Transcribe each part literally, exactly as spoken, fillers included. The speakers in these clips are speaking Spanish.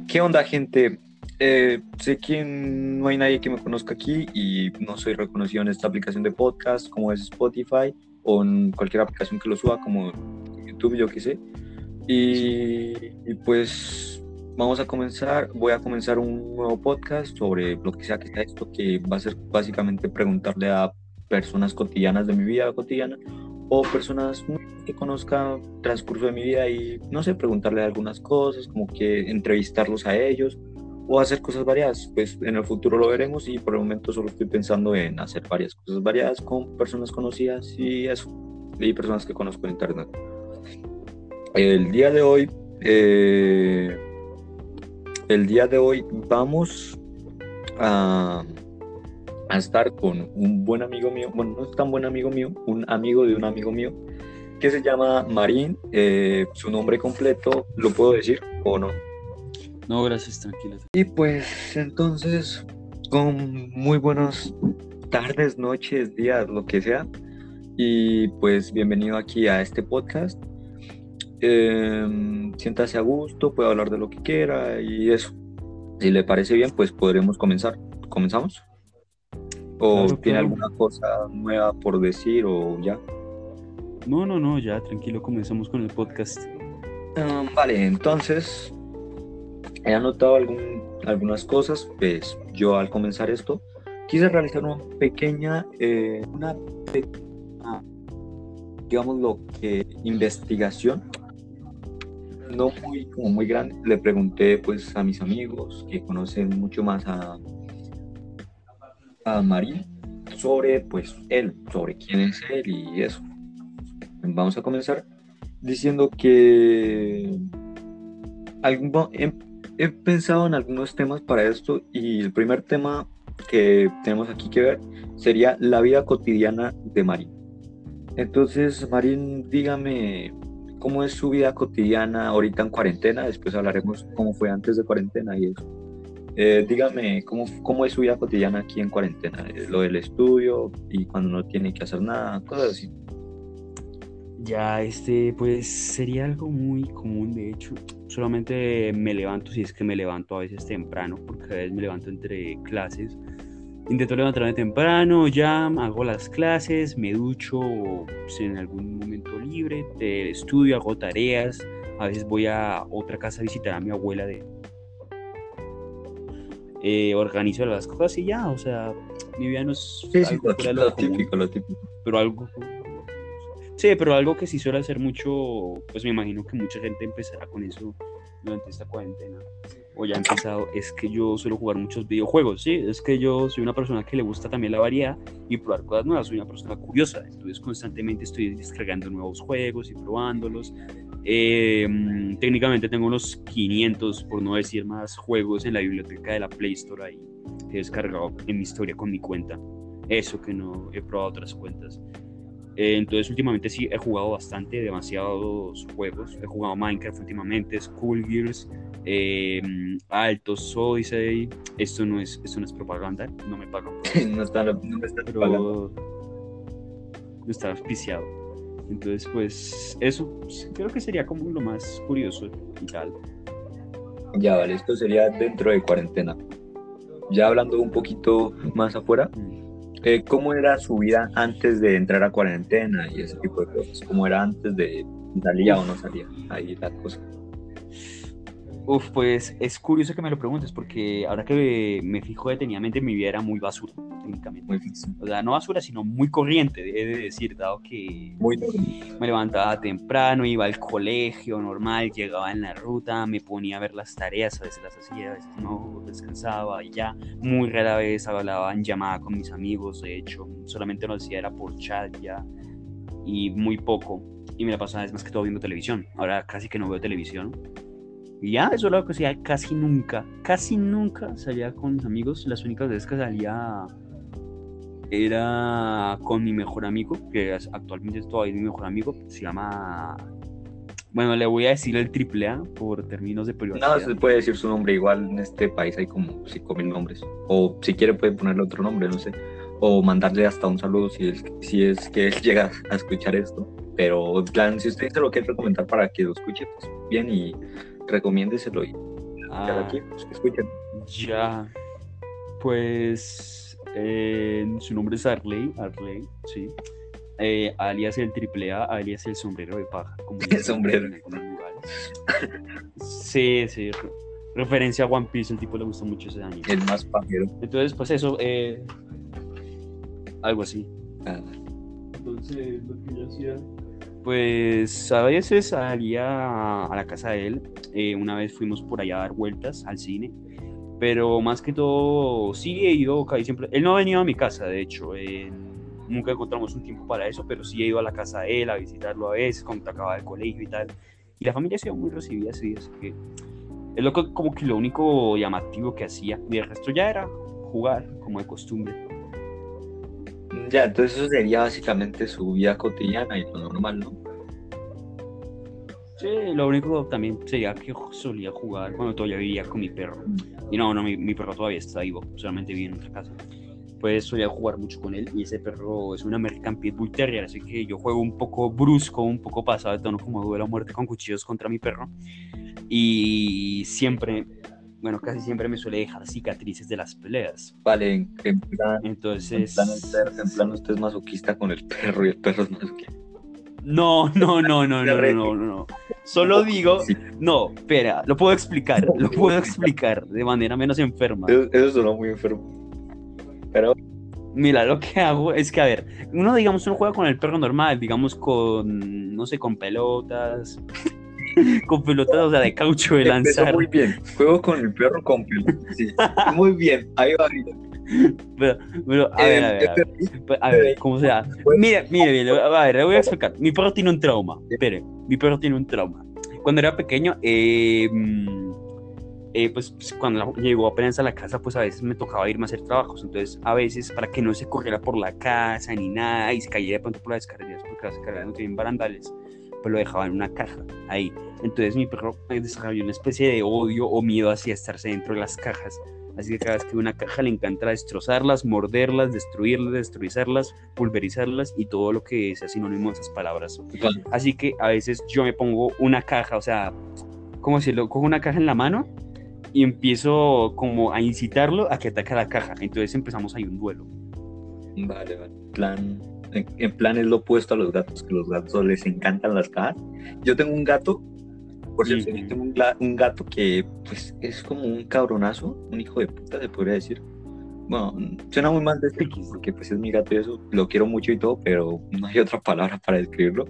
¿Qué onda, gente? Eh, sé que no hay nadie que me conozca aquí y no soy reconocido en esta aplicación de podcast como es Spotify o en cualquier aplicación que lo suba como YouTube, yo qué sé. Y, y pues vamos a comenzar, voy a comenzar un nuevo podcast sobre lo que sea que sea esto, que va a ser básicamente preguntarle a personas cotidianas de mi vida cotidiana o personas que conozca el transcurso de mi vida y no sé, preguntarle algunas cosas, como que entrevistarlos a ellos o hacer cosas variadas. Pues en el futuro lo veremos y por el momento solo estoy pensando en hacer varias cosas variadas con personas conocidas y eso, y personas que conozco en internet. El día de hoy, eh, el día de hoy vamos a, a estar con un buen amigo mío, bueno, no es tan buen amigo mío, un amigo de un amigo mío, que se llama Marín. Eh, su nombre completo, ¿lo puedo decir o no? No, gracias, tranquilo. Y pues entonces, con muy buenas tardes, noches, días, lo que sea, y pues bienvenido aquí a este podcast. Eh, siéntase a gusto, puede hablar de lo que quiera y eso. Si le parece bien, pues podremos comenzar. ¿Comenzamos? ¿O Claro, tiene claro. alguna cosa nueva por decir o ya? No, no, no, ya, tranquilo, comenzamos con el podcast. Um, vale, entonces he anotado algún, algunas cosas. Pues yo al comenzar esto quise realizar una pequeña, eh, una pequeña, digamos lo que investigación, no muy, como muy grande. Le pregunté pues a mis amigos que conocen mucho más a, a Marín sobre pues él, sobre quién es él y eso. Vamos a comenzar diciendo que algún, he, he pensado en algunos temas para esto y el primer tema que tenemos aquí que ver sería la vida cotidiana de Marín. Entonces, Marín, dígame cómo es su vida cotidiana ahorita en cuarentena. Después hablaremos cómo fue antes de cuarentena y eso. Eh, dígame cómo, cómo es su vida cotidiana aquí en cuarentena, eh, lo del estudio y cuando no tiene que hacer nada, cosas así. Ya, este, pues sería algo muy común, de hecho. Solamente me levanto, si es que me levanto a veces temprano, porque a veces me levanto entre clases. Intento levantarme temprano, ya hago las clases, me ducho pues, en algún momento libre, de estudio, hago tareas. A veces voy a otra casa a visitar a mi abuela de eh, organizo las cosas y ya, o sea, mi vida no es Sí, sí, algo lo, fuera de lo lo común, típico, lo típico. pero algo, sí, pero algo que sí suele hacer mucho, pues me imagino que mucha gente empezará con eso durante esta cuarentena, o ya ha empezado, es que yo suelo jugar muchos videojuegos, sí, es que yo soy una persona que le gusta también la variedad y probar cosas nuevas, soy una persona curiosa, entonces constantemente estoy descargando nuevos juegos y probándolos. Eh, técnicamente tengo unos quinientos, por no decir más, juegos en la biblioteca de la Play Store ahí que he descargado en mi historia con mi cuenta, eso que no he probado otras cuentas. Eh, entonces últimamente sí he jugado bastante, demasiados juegos. He jugado Minecraft últimamente, Skullgirls, eh, Altos Odyssey. Esto no es, esto no es propaganda, no me pagan por esto, No está, no me está pero pagando. no está auspiciado. Entonces pues eso creo que sería como lo más curioso y tal. Ya, vale, esto sería dentro de cuarentena. Ya hablando un poquito más afuera, Mm. eh, ¿cómo era su vida antes de entrar a cuarentena y ese tipo de cosas? ¿Cómo era antes de salía o no salía? Ahí la cosa. Uf, pues es curioso que me lo preguntes porque ahora que me fijo detenidamente mi vida era muy basura, técnicamente. Muy difícil. O sea, no basura, sino muy corriente, he de decir, dado que Muy me levantaba temprano, iba al colegio normal, llegaba en la ruta, me ponía a ver las tareas, a veces las hacía, a veces no, descansaba y ya. Muy rara vez hablaba en llamada con mis amigos, de hecho, solamente lo hacía era por chat ya, y muy poco. Y me la pasaba es más que todo viendo televisión. Ahora casi que no veo televisión. Y ya, eso es lo que hacía casi nunca, casi nunca salía con mis amigos. Las únicas veces que salía era con mi mejor amigo, que es, actualmente es todavía mi mejor amigo, se llama, bueno, le voy a decir el triple A por términos de No privacidad. se puede decir su nombre, igual en este país hay como cinco mil nombres. O si quiere puede ponerle otro nombre, no sé. O mandarle hasta un saludo si es, si es que él llega a escuchar esto. Pero en plan, si usted se lo quiere recomendar para que lo escuche, pues bien y recomiéndeselo y escuchar Ah, aquí, pues que escuchen. ya, pues eh, su nombre es Arley, Arley, sí. Eh, alias el triple A, alias el sombrero de paja, como El dicen sombrero. en algunos lugares. Sí, sí, re- referencia a One Piece, el tipo le gusta mucho ese anime. El más pajero. Entonces, pues eso, eh, algo así. Ah, Entonces, lo que yo hacía, pues a veces salía a la casa de él. Eh, una vez fuimos por allá a dar vueltas al cine, pero más que todo, sí he ido casi siempre. Él no ha venido a mi casa, de hecho, eh, nunca encontramos un tiempo para eso, pero sí he ido a la casa de él a visitarlo a veces cuando acababa el colegio y tal. Y la familia ha sido muy recibida, sí, así que es lo que, como que lo único llamativo que hacía. Y el resto ya era jugar, como de costumbre. ya, entonces eso sería básicamente su vida cotidiana y lo normal, ¿no? Sí, lo único también sería que solía jugar cuando todavía vivía con mi perro. Y no, no, mi, mi perro todavía está vivo, solamente vive en otra casa. Pues solía jugar mucho con él y ese perro es un American Pitbull Terrier, así que yo juego un poco brusco, un poco pasado de tono como duelo a muerte con cuchillos contra mi perro. Y siempre, bueno, casi siempre me suele dejar cicatrices de las peleas. Vale, en, en plan, en Entonces... plan, el perro- en plan usted es masoquista con el perro y el perro es masoquista. No, no, no, no, no, no, no, no. Solo digo, Sí, no, espera, lo puedo explicar, lo puedo explicar de manera menos enferma. eso, eso sonó muy enfermo. Pero Mira, lo que hago es que, a ver, uno, digamos, uno juega con el perro normal, digamos, con, no sé, con pelotas, con pelotas, o sea, de caucho de empezó lanzar. muy bien. Juego con el perro con pelota. Sí, muy bien. Ahí va. Pero, pero, a ver, a ver, a ver, a ver, ¿cómo sea? Mire, mire, mire, a ver, le voy a explicar. Mi perro tiene un trauma, espere, mi perro tiene un trauma. Cuando era pequeño, eh, mm, eh, pues, pues, cuando la- llegó apenas a la casa, pues a veces me tocaba irme a hacer trabajos. Entonces, a veces, para que no se corriera por la casa ni nada y se cayera de pronto por las escaleras, porque las escaleras no tienen barandales, pues lo dejaba en una caja ahí. Entonces, mi perro eh, desarrolló una especie de odio o miedo hacia estarse dentro de las cajas. Así que cada vez que ve una caja le encanta destrozarlas, morderlas, destruirlas, destruirlas, pulverizarlas y todo lo que sea sinónimo de esas palabras. Así que a veces yo me pongo una caja, o sea, ¿cómo decirlo? Cojo una caja en la mano y empiezo como a incitarlo a que ataque a la caja. Entonces empezamos ahí un duelo. Vale, vale. En plan, en, en plan es lo opuesto a los gatos, que los gatos les encantan las cajas. Yo tengo un gato, por cierto, Ujú. yo tengo un, gla- un gato que pues es como un cabronazo, un hijo de puta, se podría decir. Bueno, suena muy mal decir porque pues es mi gato y eso, lo quiero mucho y todo, pero no hay otra palabra para describirlo.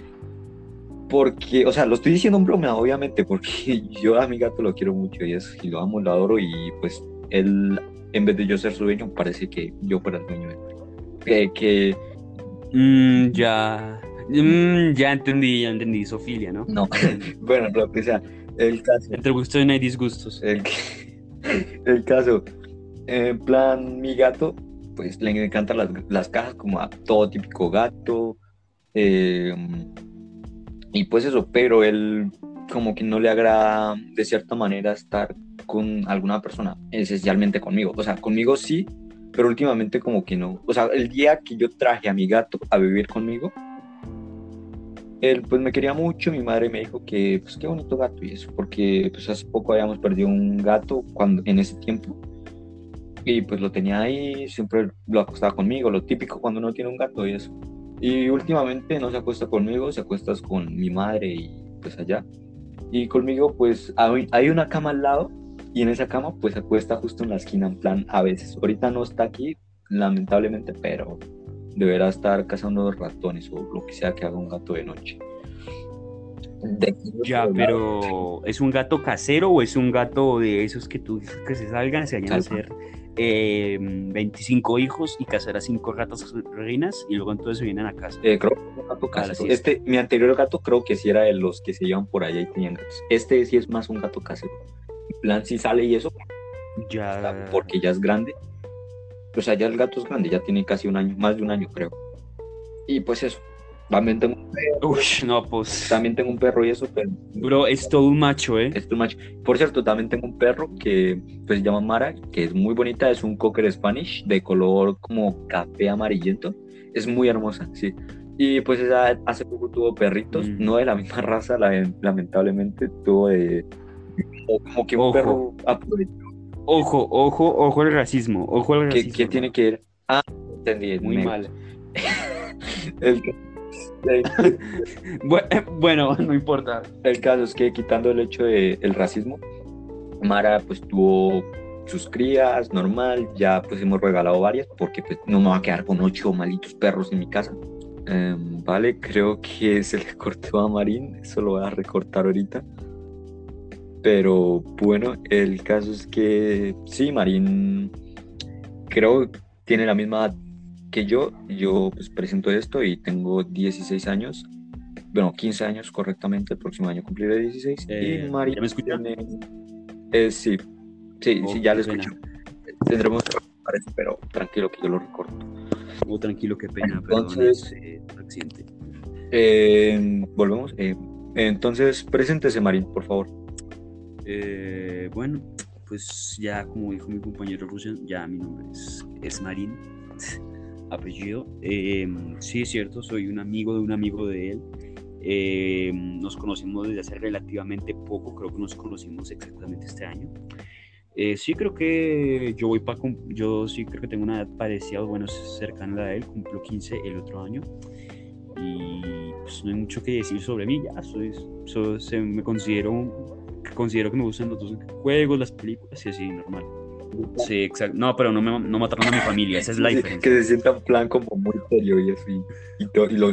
Porque, o sea, lo estoy diciendo en broma, obviamente, porque yo a mi gato lo quiero mucho y, es, y lo amo, lo adoro y pues él, en vez de yo ser su dueño, parece que yo fuera el dueño de él. Que, que Mm, ya, Mm, ya entendí, ya entendí, Sofilia, ¿no? no, bueno, lo que sea, el caso, Entre gustos no hay disgustos. el, el caso, en plan, mi gato, pues le encantan las, las cajas como a todo típico gato, eh, y pues eso, pero él como que no le agrada de cierta manera estar con alguna persona, esencialmente conmigo, o sea, conmigo sí, pero últimamente como que no, o sea, el día que yo traje a mi gato a vivir conmigo, él pues me quería mucho, mi madre me dijo que pues qué bonito gato y eso, porque pues hace poco habíamos perdido un gato cuando, en ese tiempo, y pues lo tenía ahí, siempre lo acostaba conmigo, lo típico cuando uno tiene un gato y eso. Y últimamente no se acuesta conmigo, se acuesta con mi madre y pues allá. Y conmigo pues hay, hay una cama al lado y en esa cama pues se acuesta justo en la esquina en plan a veces. Ahorita no está aquí, lamentablemente, pero deberá estar cazando los ratones o lo que sea que haga un gato de noche. De aquí no Ya, puedo hablar. pero ¿es un gato casero o es un gato de esos que tú dices que se salgan, se vayan a Calma. hacer eh, veinticinco hijos y casar a cinco ratas reinas y luego entonces se vienen a casa? Eh, creo que es un gato A la casero. siesta. Este, mi anterior gato creo que sí era de los que se llevan por allá y tenían gatos. Este sí es más un gato casero. En plan, si sale y eso, Ya. porque ya es grande. O sea, ya el gato es grande, ya tiene casi un año, más de un año creo. Y pues eso. También tengo un perro, Uy, no, pues. también tengo un perro y eso, pero Bro, es todo un macho, ¿eh? es too much. Por cierto, también tengo un perro que pues se llama Mara, que es muy bonita, es un Cocker Spanish de color como café amarillento. Es muy hermosa, sí. Y pues esa hace poco tuvo perritos, Mm. no de la misma raza, la- lamentablemente, tuvo de, O como que un Ojo. perro aprovechó. Ojo, ojo, ojo al racismo. Ojo al ¿Qué, racismo. qué tiene que ver? Ah, entendí. Muy me- mal. El, el- Bu- Bueno, no importa. el caso es que quitando el hecho del racismo, Mara pues tuvo sus crías, normal, ya pues hemos regalado varias porque pues no me va a quedar con ocho malitos perros en mi casa. Em, vale, creo que se le cortó a Marín, eso lo voy a recortar ahorita. Pero bueno, el caso es que sí, Marín creo tiene la misma edad que yo. Yo pues presento esto y tengo dieciséis años. Bueno, quince años correctamente, el próximo año cumpliré dieciséis. Eh, y Marín ¿ya me escucha? tiene... eh, sí, sí, Oh, sí, ya qué lo pena. escucho. Tendremos que recortar eso, pero tranquilo que yo lo recorto. Oh, tranquilo, qué pena, Entonces- perdón, es, eh, un accidente. Eh, volvemos. Eh, entonces, preséntese, Marín, por favor. Eh, bueno, pues ya como dijo mi compañero Rusia, ya mi nombre es, es Marín, apellido. Eh, sí, es cierto, soy un amigo de un amigo de él. Eh, nos conocimos desde hace relativamente poco, creo que nos conocimos exactamente este año. Eh, sí, creo que yo voy para... Yo sí creo que tengo una edad parecida, bueno, cercana a la de él, cumplo quince el otro año. Y pues no hay mucho que decir sobre mí, ya soy, soy- se- me considero, considero que me gustan los dos juegos, las películas y así, normal. Sí, exacto. No, pero no, me, no mataron a mi familia, esa es la Sí, diferencia. que se sienta en plan como muy serio y así. Y, to- y lo...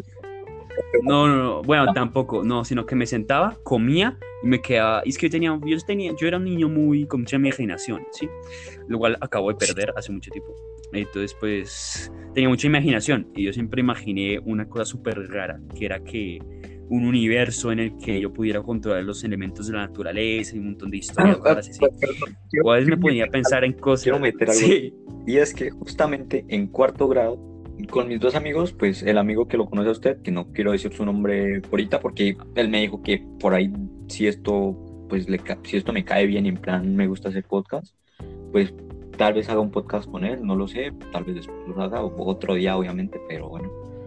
No, no, no, bueno, tampoco, no, sino que me sentaba, comía y me quedaba, y es que yo tenía, yo tenía, yo era un niño muy, con mucha imaginación, ¿sí? Lo cual acabo de perder hace mucho tiempo. Entonces, pues, tenía mucha imaginación y yo siempre imaginé una cosa súper rara, que era que un universo en el que yo pudiera controlar los elementos de la naturaleza y un montón de historias raras así. O a veces me ponía a pensar en cosas. Quiero meter algo. Sí. Y es que justamente en cuarto grado, con mis dos amigos, pues el amigo que lo conoce a usted, que no quiero decir su nombre ahorita porque él me dijo que por ahí, si esto, pues le, ca- si esto me cae bien y en plan me gusta hacer podcast, pues tal vez haga un podcast con él, no lo sé, tal vez después lo haga o otro día obviamente, pero bueno.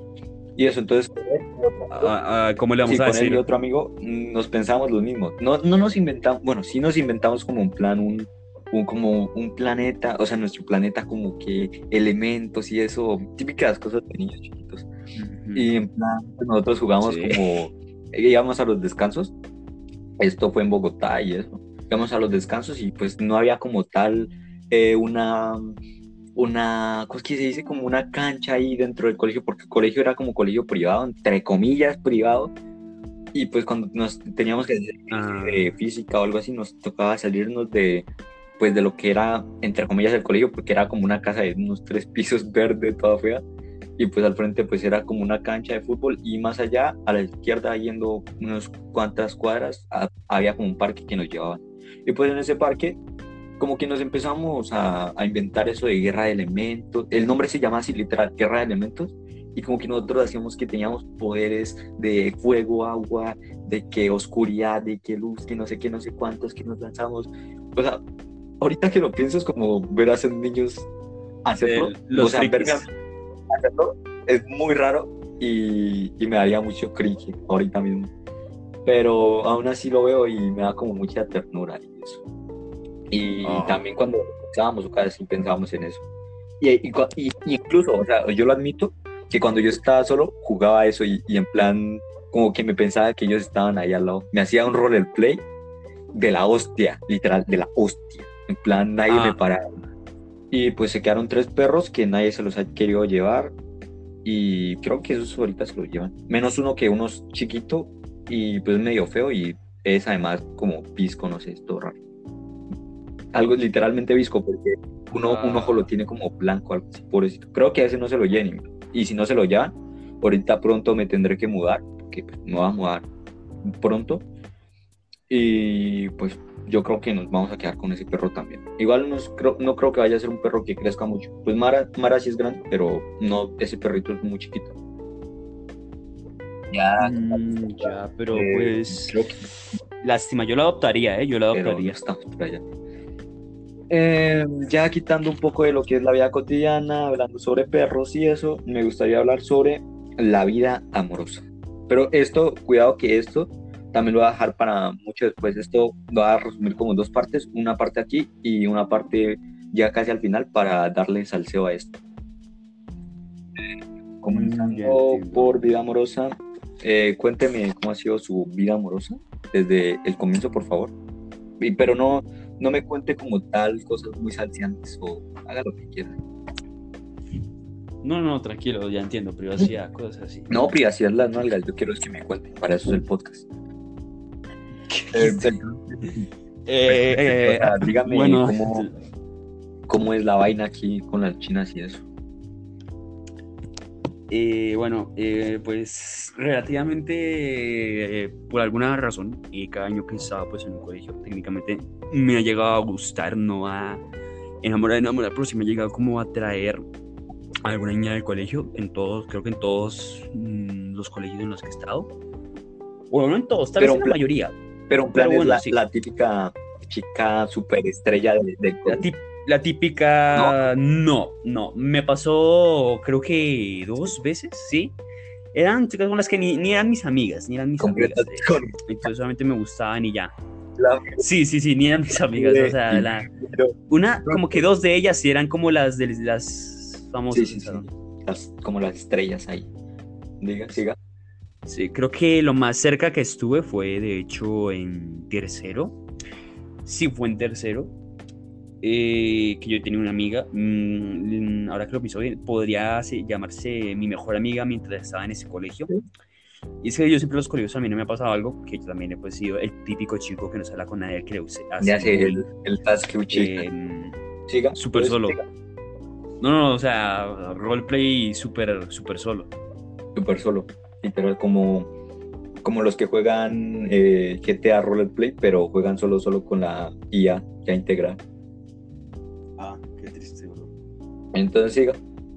Y eso, entonces, Ah, ah, ¿cómo le vamos sí, a con él y decir? otro amigo mm, nos pensamos lo mismo. No, no nos inventamos, bueno, sí nos inventamos como un plan, un, un, como un planeta, o sea, nuestro planeta como que elementos y eso, típicas cosas de niños chiquitos. Ujú. Y en plan, pues, nosotros jugamos Sí. como, íbamos a los descansos, esto fue en Bogotá y eso, íbamos a los descansos y pues no había como tal eh, una, una, ¿cómo es que se dice? Como una cancha ahí dentro del colegio, porque el colegio era como colegio privado, entre comillas privado, y pues cuando nos teníamos que hacer Ah. de física o algo así, nos tocaba salirnos de, pues de lo que era, entre comillas, el colegio, porque era como una casa de unos tres pisos verde, toda fea, y pues al frente pues era como una cancha de fútbol, y más allá, a la izquierda, yendo unas cuantas cuadras, a- había como un parque que nos llevaba. Y pues en ese parque, como que nos empezamos a, a inventar eso de guerra de elementos, el nombre se llama así literal, guerra de elementos, y como que nosotros hacíamos que teníamos poderes de fuego, agua, de que oscuridad, de que luz, que no sé qué, no sé cuántos, que nos lanzamos. O sea, ahorita que lo pienso es como ver a esos niños hacerlo, Eh, los o sea, verme frikis. a- hacerlo es muy raro y, y me daría mucho cringe ahorita mismo. Pero aún así lo veo y me da como mucha ternura y eso. Y Ah. también cuando pensábamos o casi pensábamos en eso. Y, y, cua- y- y incluso, o sea, yo lo admito, que cuando yo estaba solo jugaba eso y, y en plan como que me pensaba que ellos estaban ahí al lado. Me hacía un roleplay de la hostia, literal, de la hostia. En plan, nadie Ah. me paraba. Y pues se quedaron tres perros que nadie se los ha querido llevar. Y creo que esos ahorita se los llevan. Menos uno que uno es chiquito y pues medio feo y es además como visco, no sé, es todo raro. Algo literalmente visco porque uno, Ah. un ojo lo tiene como blanco, algo así, pobrecito. Creo que a ese no se lo lleven. Y si no se lo llevan, ahorita pronto me tendré que mudar, porque pues, me voy a mudar pronto. Y pues yo creo que nos vamos a quedar con ese perro también. Igual no, es- creo, no creo que vaya a ser un perro que crezca mucho. Pues Mara, Mara sí es grande, pero no, ese perrito es muy chiquito. Ya, Mm, ya, pero eh, pues creo que lástima, yo la adoptaría, ¿eh? Yo la pero no adoptaría. estamos por allá. Eh, ya quitando un poco de lo que es la vida cotidiana, hablando sobre perros y eso, me gustaría hablar sobre la vida amorosa. Pero esto, cuidado que esto también lo voy a dejar para mucho después. Esto lo voy a resumir como en dos partes, una parte aquí y una parte ya casi al final para darle salseo a esto. Comenzando por vida amorosa, eh, cuénteme cómo ha sido su vida amorosa desde el comienzo, por favor. Y, pero no, no me cuente como tal cosas muy salseantes o haga lo que quiera. No, no, tranquilo, ya entiendo, privacidad, cosas así. No, privacidad las nalgas, yo quiero es que me cuente, para eso es el podcast. eh, eh, eh, o sea, dígame bueno, cómo, cómo es la vaina aquí con las chinas y eso. Eh, bueno, eh, pues relativamente eh, por alguna razón, y cada año que estaba pues en un colegio, técnicamente me ha llegado a gustar, no a enamorar, enamorar, pero sí me ha llegado como a atraer a alguna niña del colegio, en todos, creo que en todos mmm, los colegios en los que he estado, bueno, no en todos, tal vez en la plan, mayoría. Pero en plan pero bueno, es la, sí. la típica chica superestrella del de La, tip, la típica... ¿No? no, no. Me pasó creo que dos veces, ¿sí? Eran chicas con las que ni, ni eran mis amigas, ni eran mis amigas. Con... Entonces solamente me gustaban y ya. La... Sí, sí, sí, ni eran mis amigas. O sea, la... una, como que dos de ellas sí eran como las de las famosas. Sí, sí, sí. Las, como las estrellas ahí. Diga, siga. Sí, creo que lo más cerca que estuve fue, de hecho, en tercero. Sí, fue en tercero. Eh, que yo tenía una amiga, mmm, ahora que lo pienso bien, podría llamarse mi mejor amiga mientras estaba en ese colegio. Y es que yo siempre en los colegios a mí no me ha pasado algo, que yo también he pues, sido el típico chico que no se habla con nadie, que le use así. Ya sé, el, el task eh, Siga. Súper solo. Siga. No, no, o sea, roleplay súper, súper solo. Súper solo. Literal, como, como los que juegan eh, G T A Roleplay, pero juegan solo, solo con la I A ya integrada. Ah, qué triste, bro. Entonces siga.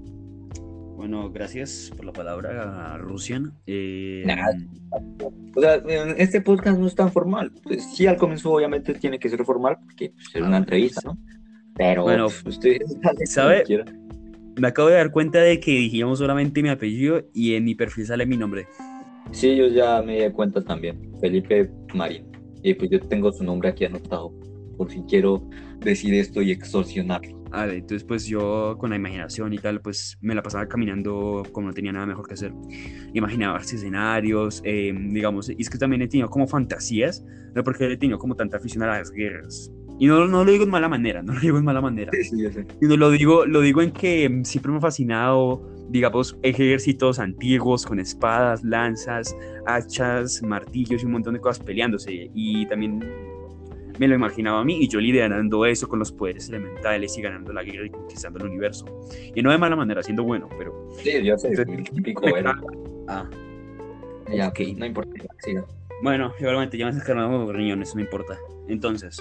Bueno, gracias por la palabra, Rusian. Eh, Nada. O sea, este podcast no es tan formal. Pues sí, al comienzo obviamente tiene que ser formal porque pues, es ah, una entrevista, ¿no? Pero bueno, usted sabe, me acabo de dar cuenta de que dijimos solamente mi apellido y en mi perfil sale mi nombre. Sí, yo ya me di cuenta también, Felipe Marín. Y pues yo tengo su nombre aquí anotado, por si quiero decir esto y extorsionarlo. Vale, entonces pues yo con la imaginación y tal, pues me la pasaba caminando como no tenía nada mejor que hacer. Imaginaba escenarios, eh, digamos, y es que también he tenido como fantasías, no porque he tenido como tanta afición a las guerras. Y no, no lo digo en mala manera, no lo digo en mala manera. Sí, sí, yo sé. Y no lo digo, lo digo en que siempre me ha fascinado, digamos, ejércitos antiguos con espadas, lanzas, hachas, martillos y un montón de cosas peleándose. Y también me lo imaginaba a mí y yo liderando eso con los poderes elementales y ganando la guerra y conquistando el universo. Y no de mala manera, siendo bueno, pero... Sí, yo sé, entonces, el típico era. Ah, ya, ok, no importa, siga. Bueno, igualmente ya me sacaron los riñones, no importa. Entonces,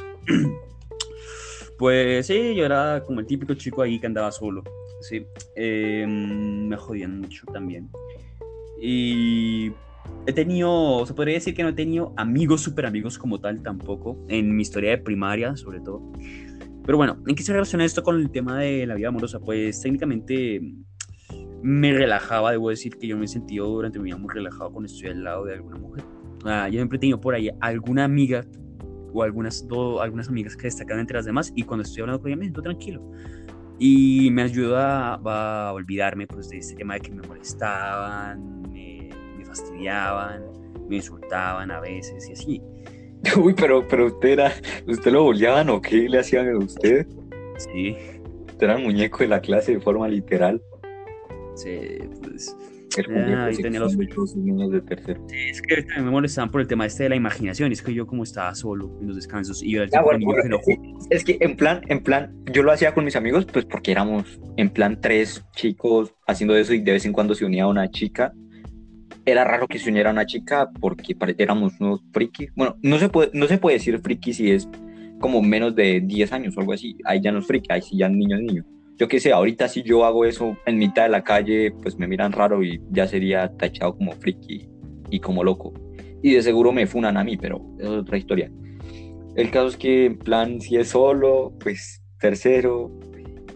pues sí, yo era como el típico chico ahí que andaba solo. Sí, eh, me jodían mucho también. Y he tenido, se podría decir que no he tenido amigos, súper amigos como tal tampoco, en mi historia de primaria sobre todo. Pero bueno, ¿en qué se relaciona esto con el tema de la vida amorosa? Pues técnicamente me relajaba, debo decir que yo me he sentido durante mi vida muy relajado cuando estoy al lado de alguna mujer. Ah, yo siempre he tenido por ahí alguna amiga o algunas, do, algunas amigas que destacan entre las demás y cuando estoy hablando con ella me siento tranquilo. Y me ayuda a, a olvidarme pues, de este tema de que me molestaban, me, me fastidiaban, me insultaban a veces y así. Uy, pero, pero usted era, ¿usted lo bulleaban o qué le hacían a usted? Sí. Usted era el muñeco de la clase de forma literal. Sí, pues... El ah, ahí tenía los... de todos los niños de tercero. Sí, es que también me molestaban por el tema este de la imaginación. Es que yo como estaba solo en los descansos y yo era el ah, tipo bueno, de niño bueno, que no... Es que en plan, en plan, yo lo hacía con mis amigos pues porque éramos en plan tres chicos haciendo eso y de vez en cuando se unía una chica. Era raro que se uniera una chica porque éramos unos frikis. Bueno, no se puede, no se puede decir friki si es como menos de diez años o algo así. Ahí ya no es friki, ahí sí ya niño es niño. Yo qué sé, ahorita si yo hago eso en mitad de la calle, pues me miran raro y ya sería tachado como friki y como loco. Y de seguro me funan a mí, pero es otra historia. El caso es que en plan, si es solo, pues tercero,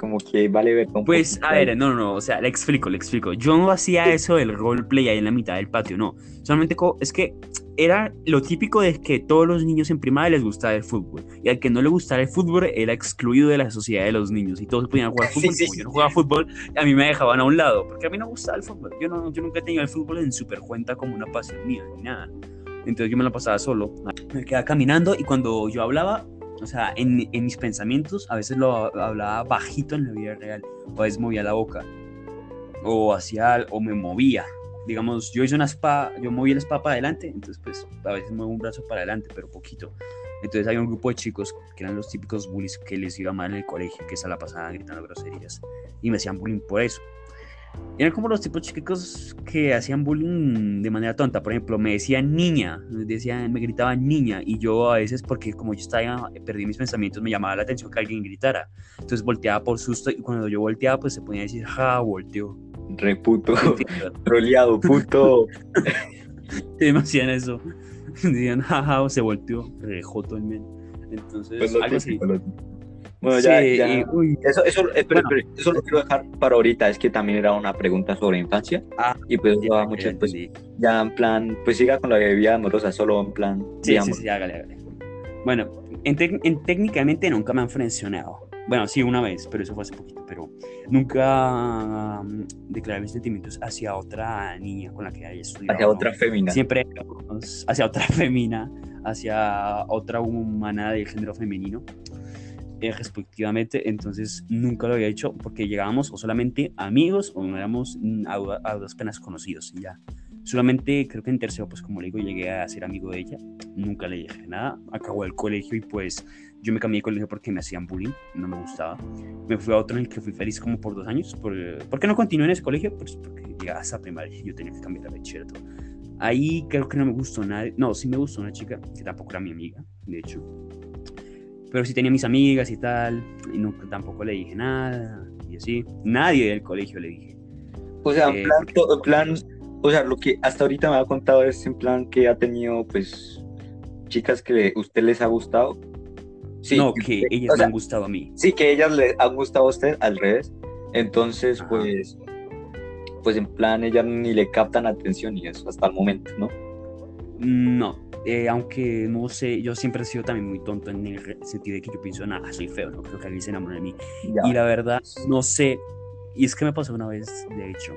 como que vale ver un Pues, poquito a ahí. ver, no, no, no, o sea, le explico, le explico. Yo no hacía eso del roleplay ahí en la mitad del patio, no. Solamente co- es que era lo típico de que todos los niños en primaria les gustaba el fútbol. Y al que no le gustara el fútbol era excluido de la sociedad de los niños. Y todos podían jugar Sí, fútbol. sí, Como yo sí. no jugaba fútbol, a mí me dejaban a un lado. Porque a mí no me gustaba el fútbol. Yo, no, yo nunca he tenido el fútbol en super cuenta como una pasión mía, ni nada. Entonces yo me la pasaba solo. Me quedaba caminando y cuando yo hablaba, o sea, en, en mis pensamientos, a veces lo hablaba bajito en la vida real. O a veces movía la boca. O hacía, o me movía. Digamos, yo hice una espada, yo moví la espada para adelante, entonces pues a veces muevo un brazo para adelante, pero poquito. Entonces había un grupo de chicos que eran los típicos bullies que les iba mal en el colegio, que se la pasaban gritando groserías. Y me hacían bullying por eso. Eran como los tipos chicos que hacían bullying de manera tonta. Por ejemplo, me decían niña, me, decían, me gritaban niña. Y yo a veces, porque como yo estaba, perdí mis pensamientos, me llamaba la atención que alguien gritara. Entonces volteaba por susto y cuando yo volteaba, pues se ponía a decir, ja, volteó. Reputo, Entiendo. troleado, puto. Sí, me hacían eso. Decían, jaja, o se volteó, rejoto el men. Entonces, Pues lo algo así. típico, lo típico. Bueno, Sí, ya, y, ya. uy, Eso, eso, espera, bueno, espera, eso lo quiero dejar para ahorita. Es que también era una pregunta sobre infancia. ah, Y pues ya, va ya mucho, pues entendí. ya en plan, pues siga con la vida amorosa, solo en plan, Sí, digamos. sí, sí, hágale, hágale. Bueno, en tec- en- técnicamente nunca me han frencionado. Bueno, sí, una vez, pero eso fue hace poquito. Pero nunca um, declaré mis sentimientos hacia otra niña con la que haya estudiado. Hacia ¿no? otra fémina. Siempre digamos, hacia otra femina, hacia otra humana del género femenino, eh, respectivamente. Entonces nunca lo había hecho porque llegábamos o solamente amigos o no éramos mm, a, du- a duras penas conocidos y ya. Solamente creo que en tercero, pues como le digo, llegué a ser amigo de ella. Nunca le dije nada. Acabó el colegio y pues yo me cambié de colegio porque me hacían bullying. No me gustaba. Me fui a otro en el que fui feliz como por dos años. Por, ¿por qué no continué en ese colegio? Pues porque llegaba hasta primaria y yo tenía que cambiar de bachillerato. Ahí creo que no me gustó nadie. No, sí me gustó una chica que tampoco era mi amiga, de hecho. Pero sí tenía mis amigas y tal. Y nunca tampoco le dije nada. Y así. Nadie del colegio le dije. O sea, en Eh, plan, porque- to- en plan, o sea, lo que hasta ahorita me ha contado es en plan que ha tenido, pues, chicas que le- usted les ha gustado. Sí, no, que- que que- ellas o me sea, han gustado a mí. sí, que ellas le han gustado a usted al revés. Entonces, Ajá. pues, pues en plan, ellas ni le captan atención y eso hasta el momento, ¿no? No, eh, aunque no sé, yo siempre he sido también muy tonto en el re- sentido de que yo pienso, nada, soy feo, no creo que alguien se enamore de mí. Ya. Y la verdad, no sé, y es que me pasó una vez, de hecho,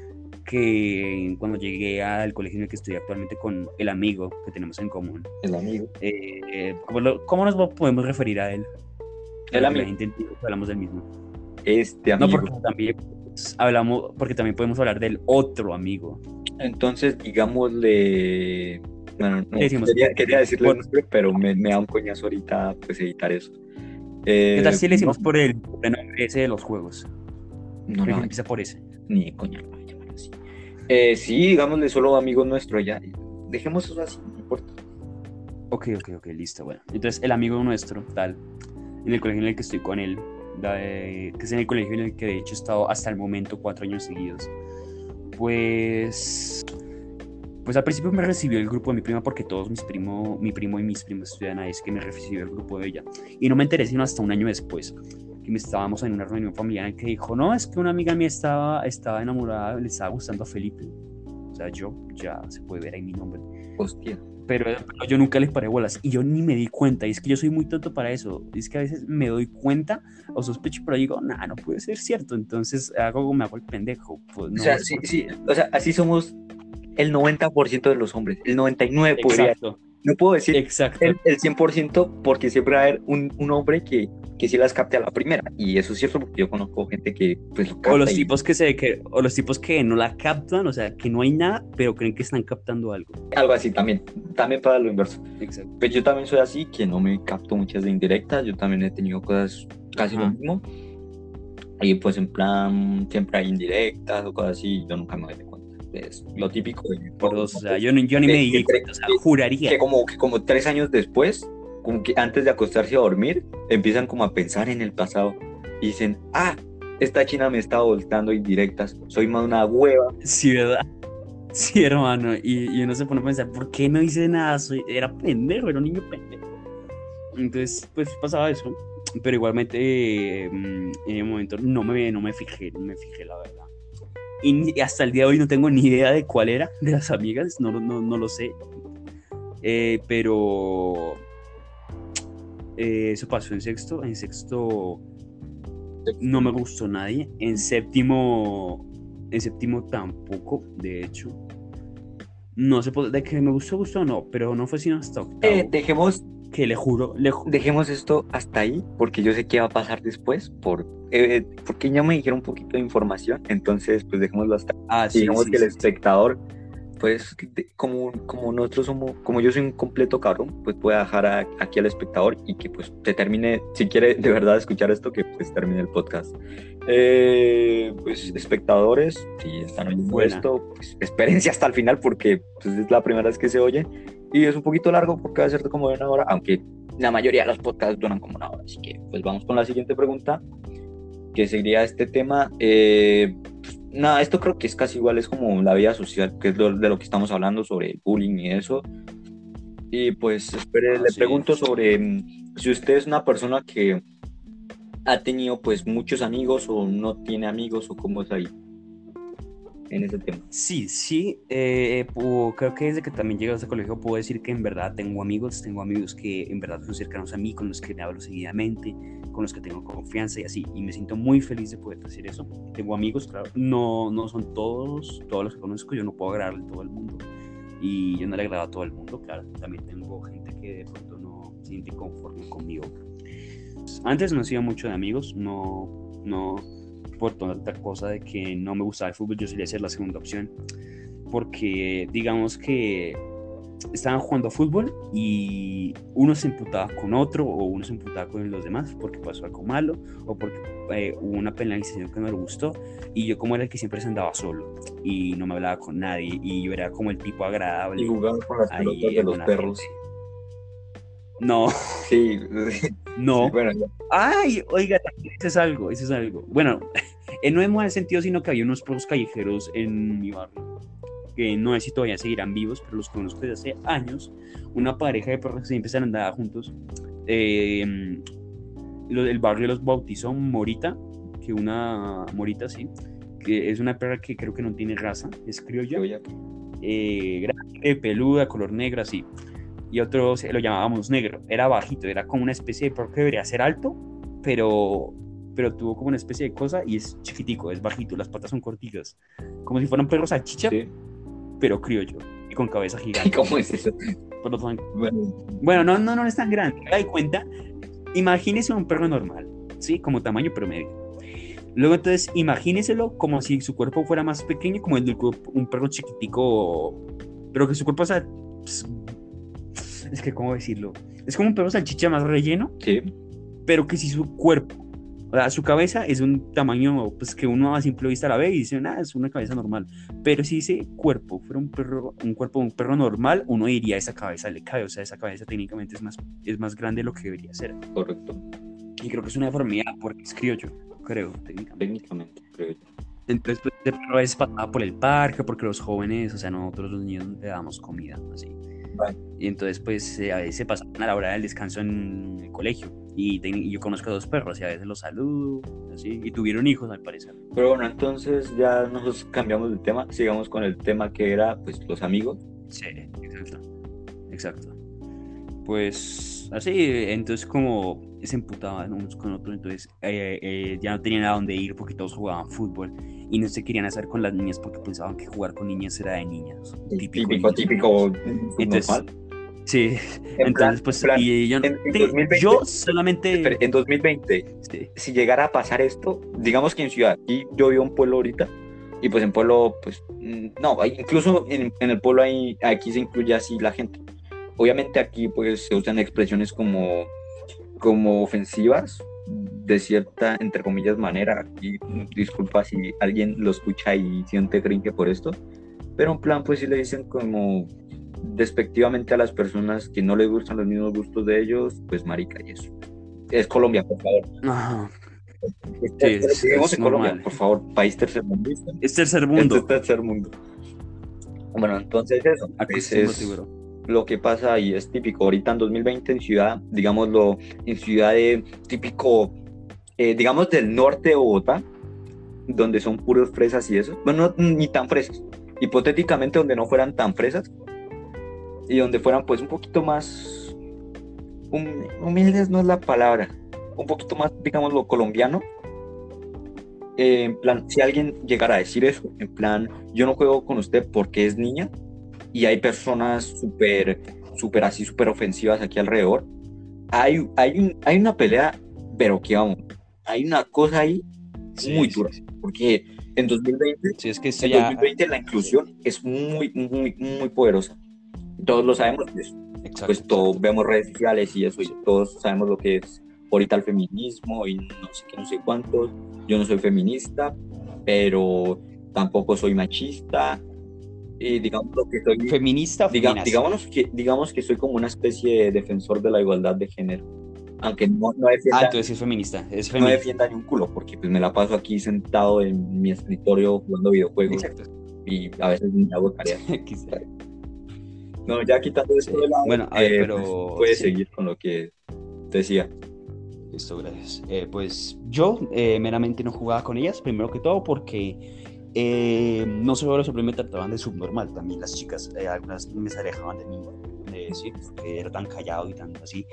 que cuando llegué al colegio en el que estoy actualmente con el amigo que tenemos en común, El amigo. eh, eh, ¿cómo, lo- cómo nos podemos referir a él? El Para que la amigo. gente entienda que hablamos del mismo. Este No, amigo. porque también pues, hablamos, porque también podemos hablar del otro amigo. Entonces, digámosle. Bueno, no, Le decimos- quería, quería decirle por- el nombre, pero me, me da un coñazo ahorita pues editar eso. ¿Qué Eh, tal si le decimos no, por el nombre ese de los juegos? no, Que no, empieza por ese. ni de coña lo voy a llamar así. Eh, sí, digámosle solo amigo nuestro ya. Dejemos eso así, no importa. Ok, ok, ok, listo, bueno. Entonces, el amigo nuestro, tal, en el colegio en el que estoy con él, la, eh, que es en el colegio en el que de hecho he estado hasta el momento cuatro años seguidos, pues... Pues al principio me recibió el grupo de mi prima porque todos mis primos, mi primo y mis primos estudian ahí, es que me recibió el grupo de ella. Y no me enteré sino hasta un año después, que me estábamos en una reunión familiar en que dijo, no, es que una amiga mía estaba, estaba enamorada, le estaba gustando a Felipe. O sea, yo, ya se puede ver ahí mi nombre. Hostia. Pero, pero yo nunca le paré bolas y yo ni me di cuenta. Y es que yo soy muy tonto para eso. Es que a veces me doy cuenta o sospecho, pero digo, nah, no puede ser cierto. Entonces hago, me hago el pendejo. Pues, no, o sea, es sí, porque- sí, o sea, así somos el noventa por ciento de los hombres, el noventa y nueve por ciento podría. Exacto, No puedo decir exacto. el, el cien por ciento porque siempre va a haber un, un hombre que, que sí las capte a la primera. Y eso es cierto porque yo conozco gente que pues lo capta. O los y- tipos que se que, o los tipos que no la captan, o sea, que no hay nada, pero creen que están captando algo. Algo así también. También para lo inverso. Exacto. Pues yo también soy así, que no me capto muchas de indirectas. Yo también he tenido cosas casi Ajá. lo mismo. Y pues en plan, siempre hay indirectas o cosas así. Y yo nunca me doy cuenta. Es lo típico de Por dos, o sea, yo, ni- yo ni me que- di que- cuenta, o sea, que- juraría. que como, que como tres años después, como que antes de acostarse a dormir, empiezan como a pensar en el pasado y dicen, ah, esta china me está voltando indirectas, soy más una hueva. Sí, ¿verdad? Sí, hermano. Y, y uno se pone a pensar, ¿por qué no hice nada? Soy, era pendejo, era un niño pendejo. Entonces, pues pasaba eso. pero igualmente eh, en el momento no me, no me fijé, no me fijé la verdad. Y hasta el día de hoy no tengo ni idea de cuál era de las amigas, no, no, no lo sé. Eh, pero eh, eso pasó en sexto. En sexto no me gustó nadie. En séptimo, en séptimo tampoco, de hecho. No sé de que me gustó, gustó no, pero no fue sino hasta octavo. Eh, dejemos, que le juro, le ju- dejemos esto hasta ahí, porque yo sé qué va a pasar después, por, eh, porque ya me dijeron un poquito de información, entonces pues dejémoslo hasta ahí. Ah, Y sí, digamos sí, que el sí. espectador, pues de- como, como nosotros somos, como yo soy un completo cabrón, pues puede dejar a- aquí al espectador y que pues te termine, si quiere de verdad escuchar esto, que pues termine el podcast. Eh, pues espectadores, si están oyendo Buena. esto, pues espérense hasta el final porque pues, es la primera vez que se oye y es un poquito largo porque va a ser como de una hora, aunque la mayoría de los podcasts duran como una hora, así que pues vamos con la siguiente pregunta, que sería este tema. Eh, pues, nada, esto creo que es casi igual, es como la vida social, que es lo, de lo que estamos hablando, sobre el bullying y eso. Y pues, espere, Ah, le sí. pregunto sobre mm, si usted es una persona que ha tenido pues muchos amigos o no tiene amigos o cómo es ahí en ese tema. Sí, sí, eh, pu- creo que desde que también llegué a ese colegio puedo decir que en verdad tengo amigos, tengo amigos que en verdad son cercanos a mí, con los que me hablo seguidamente, con los que tengo confianza y así, y me siento muy feliz de poder decir eso. Tengo amigos, claro, no, no son todos, todos los que conozco, yo no puedo agradarle a todo el mundo, y yo no le agrado a todo el mundo, claro, también tengo gente que de pronto no se siente conforme conmigo. Antes no hacía mucho de amigos, no, no, por toda otra cosa de que no me gustaba el fútbol, yo solía ser la segunda opción, porque digamos que estaban jugando fútbol y uno se emputaba con otro o uno se emputaba con los demás porque pasó algo malo o porque eh, hubo una penalización que no le gustó, y yo como era el que siempre se andaba solo y no me hablaba con nadie y yo era como el tipo agradable Y jugaba con las ahí pelotas de los con la perros. gente. No, Sí, no. sí, bueno, ya. Ay, oiga, eso es algo, eso es algo. Bueno, eh, no en mal sentido, sino que había unos perros callejeros en mi barrio, que no sé si todavía seguirán vivos, pero los conozco desde hace años. Una pareja de perros que siempre se andaba juntos. Eh, lo, el barrio los bautizó Morita, que una Morita, sí, que es una perra que creo que no tiene raza, es criolla, Yo ya. eh, grande, peluda, color negro, así. Y otro se- lo llamábamos negro, era bajito, era como una especie de perro que debería ser alto, pero, pero tuvo como una especie de cosa y es chiquitico, es bajito, las patas son cortitas, como si fueran perros salchicha, Sí. pero criollo y con cabeza gigante. ¿Cómo es eso? Pero tan- Bueno, Bueno, no, no, no es tan grande. Haga de cuenta, imagínese un perro normal, ¿sí? Como tamaño promedio. Luego entonces imagíneselo como si su cuerpo fuera más pequeño, como el de un perro chiquitico, pero que su cuerpo sea, pues, es que cómo decirlo, es como un perro salchicha más relleno, sí. pero que si su cuerpo, o sea, su cabeza es un tamaño pues que uno a simple vista la ve y dice, nada, es una cabeza normal, pero si ese cuerpo fuera un perro, un cuerpo de un perro normal, uno diría esa cabeza le cae, o sea, esa cabeza técnicamente es más, es más grande de lo que debería ser. Correcto. Y creo que es una deformidad porque es criollo, creo, técnicamente. Técnicamente, creo yo. Entonces, pues, de perro es pasaba por el parque, porque los jóvenes, o sea, nosotros los niños le damos comida, así. Vale. Y entonces, pues, eh, a veces pasaban a la hora del descanso en el colegio. Y, ten- y yo conozco a dos perros y a veces los saludo, así. Y tuvieron hijos, al parecer. Pero bueno, entonces ya nos cambiamos de tema, sigamos con el tema que era pues los amigos. Sí, exacto. Exacto. Pues, así, entonces, como se emputaban unos con otros, entonces eh, eh, ya no tenían a dónde ir porque todos jugaban fútbol. Y no se querían hacer con las niñas porque pensaban que jugar con niñas era de niñas. Típico, de típico, niños. típico Entonces, normal. sí, En entonces plan- pues en plan, y yo, en- en te- dos mil veinte yo solamente Espere, en dos mil veinte, sí, si llegara a pasar esto, digamos que en ciudad, y yo vivo en un pueblo ahorita, y pues en pueblo, pues, mm, no, hay- incluso en, en el pueblo hay, aquí se incluye así la gente. Obviamente aquí pues se usan expresiones como, como ofensivas, de cierta, entre comillas, manera. Y disculpa si alguien lo escucha y siente cringe por esto, pero en plan pues sí le dicen como despectivamente a las personas que no les gustan los mismos gustos de ellos, pues marica y eso. Es Colombia, por favor. ajá, Este- es- vivimos es en Colombia, normal. por favor, país tercermundista. es tercer Este mundo. es tercer mundo. Bueno, entonces eso. Aquí pues, sí, es, bro. lo que pasa ahí es típico. Ahorita en dos mil veinte en ciudad, digámoslo, en ciudad de típico, eh, digamos del norte de Bogotá, donde son puros fresas y eso. Bueno, no, ni tan fresas. Hipotéticamente donde no fueran tan fresas y donde fueran pues un poquito más hum- humildes, no es la palabra, un poquito más, digámoslo, colombiano. Eh, en plan, si alguien llegara a decir eso, en plan, yo no juego con usted porque es niña y hay personas súper, súper así, súper ofensivas aquí alrededor, hay, hay, un, hay una pelea, pero que vamos, hay una cosa ahí muy Sí, sí, dura, sí. porque en dos mil veinte, Sí, es que esto en ya... dos mil veinte la inclusión es muy, muy, muy poderosa. Todos lo sabemos, pues, Exacto, pues todos exacto. vemos redes sociales y eso, y Sí. todos sabemos lo que es ahorita el feminismo y no sé qué, no sé cuántos. Yo no soy feminista, pero tampoco soy machista. Y digamos lo que soy, ¿Feminista o diga, feminazi? digámonos que, digamos que soy como una especie de defensor de la igualdad de género. Aunque no, no Ah, defienda, entonces sí es feminista, es no feminista. defienda ni un culo, porque pues me la paso aquí sentado en mi escritorio jugando videojuegos Exacto. y a veces me hago tareas. Quizá. No, ya quitando Sí. esto de lado, Bueno, a ver, eh, pues pero puedes sí. seguir con lo que decía. Listo, gracias. Eh, pues yo eh, meramente no jugaba con ellas, primero que todo porque eh, no solo los hombres me trataban de subnormal, también las chicas, eh, algunas me se alejaban de mí, eh, sí, porque era tan callado y tan así.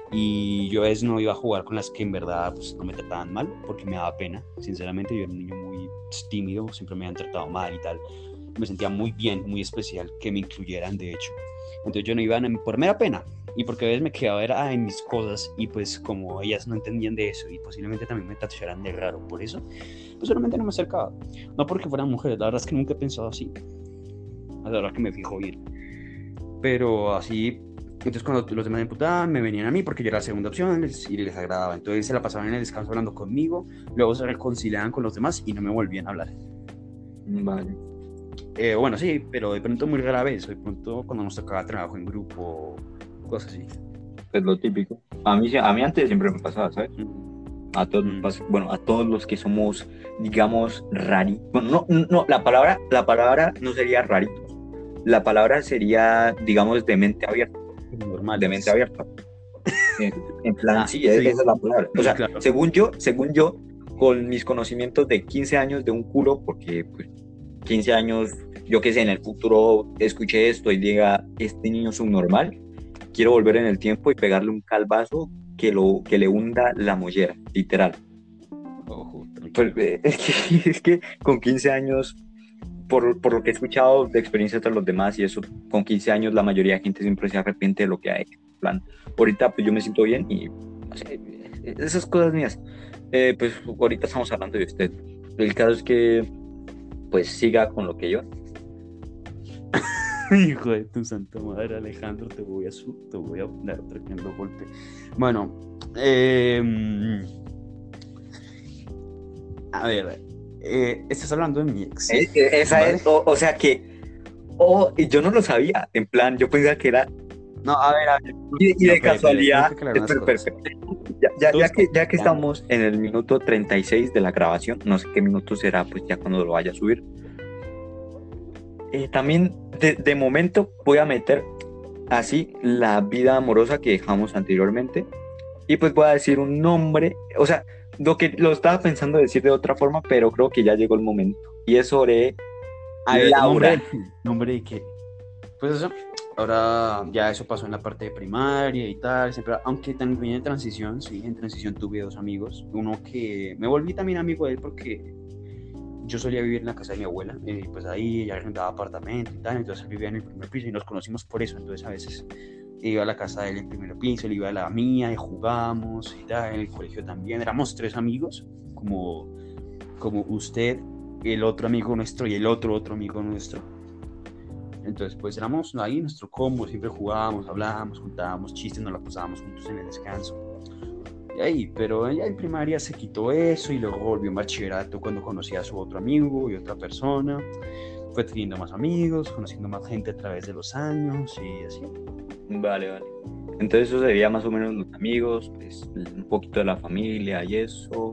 Y yo a veces no iba a jugar con las que en verdad pues, no me trataban mal, porque me daba pena. Sinceramente, yo era un niño muy pues, tímido, siempre me habían tratado mal y tal. Me sentía muy bien, muy especial que me incluyeran, de hecho. Entonces yo no iba a, por mera pena y porque a veces me quedaba era en mis cosas y pues como ellas no entendían de eso y posiblemente también me tacharan de raro por eso, pues solamente no me acercaba. No porque fueran mujeres, la verdad es que nunca he pensado así. La verdad que me fijo bien. Pero así, entonces cuando los demás me imputaban, me venían a mí porque yo era la segunda opción les, y les agradaba. Entonces se la pasaban en el descanso hablando conmigo, luego se reconciliaban con los demás y no me volvían a hablar. Vale. Eh, bueno, sí, pero de pronto muy rara vez, de pronto cuando nos tocaba trabajo en grupo, cosas así. Pues lo típico. A mí, a mí antes siempre me pasaba, ¿sabes? A todos, Mm. bueno, a todos los que somos, digamos, rari. Bueno, no, no, la palabra, la palabra no sería raritos. La palabra sería, digamos, de mente abierta. Normal. De mente abierta. En, en plan, Ah, sí, sí. esa es la palabra. O sea, Claro. según yo, según yo, con mis conocimientos de quince años de un culo, porque pues quince años, yo qué sé, en el futuro escuché esto y diga, este niño es un normal, quiero volver en el tiempo y pegarle un calvazo que, lo, que le hunda la mollera, literal. Ojo, Pues, eh, es, que, es que con quince años, por, por lo que he escuchado de experiencias de los demás y eso, con quince años la mayoría de gente siempre se arrepiente de lo que ha hecho. En plan, ahorita pues yo me siento bien y no sé, esas cosas mías. Eh, pues ahorita estamos hablando de usted. El caso es que pues siga con lo que yo. Hijo de tu santa madre, Alejandro, te voy a, su te voy a dar otro tremendo golpe. Bueno, eh, a ver, eh, estás hablando de mi ex, ¿sí? Eh, eh, esa ¿Vale? es, o, o sea que, oh, y yo no lo sabía, en plan, yo pensaba que era, No, a ver, a ver. y, y No, de espera, espera, casualidad, tengo que aclarar unas espera, cosas. espera, espera. Ya, ya, ya, que, ya que estamos en el minuto treinta y seis de la grabación, no sé qué minuto será, pues ya cuando lo vaya a subir. Eh, también, de, de momento, voy a meter así la vida amorosa que dejamos anteriormente, y pues voy a decir un nombre, o sea, lo que lo estaba pensando decir de otra forma, pero creo que ya llegó el momento, y es sobre A ver, Laura. ¿nombre, ¿nombre de qué? Pues eso, ahora ya eso pasó en la parte de primaria y tal, siempre, aunque también en transición, sí, en transición tuve dos amigos, uno que me volví también amigo de él porque yo solía vivir en la casa de mi abuela, y pues ahí ella arrendaba apartamento y tal, entonces él vivía en el primer piso y nos conocimos por eso, entonces a veces iba a la casa de él en el primer piso, él iba a la mía y jugábamos y tal, en el colegio también, éramos tres amigos, como, como usted, el otro amigo nuestro y el otro otro amigo nuestro. Entonces pues éramos ahí nuestro combo, siempre jugábamos, hablábamos, contábamos chistes, nos la pasábamos juntos en el descanso. Y ahí, pero ya en primaria se quitó eso y luego volvió en bachillerato cuando conocí a su otro amigo y otra persona. Fue teniendo más amigos, conociendo más gente a través de los años y así. Vale, vale. Entonces eso sería más o menos los amigos, pues un poquito de la familia y eso.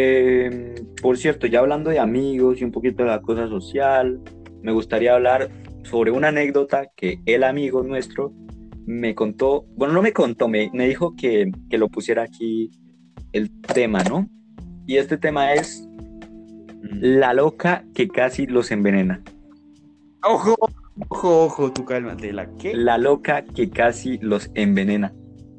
Eh, por cierto, ya hablando de amigos y un poquito de la cosa social, me gustaría hablar sobre una anécdota que el amigo nuestro me contó, bueno, no me contó, me, me dijo que, que lo pusiera aquí el tema, ¿no? Y este tema es la loca que casi los envenena. Ojo, ojo, ojo, tú cálmate, ¿la qué? La loca que casi los envenena.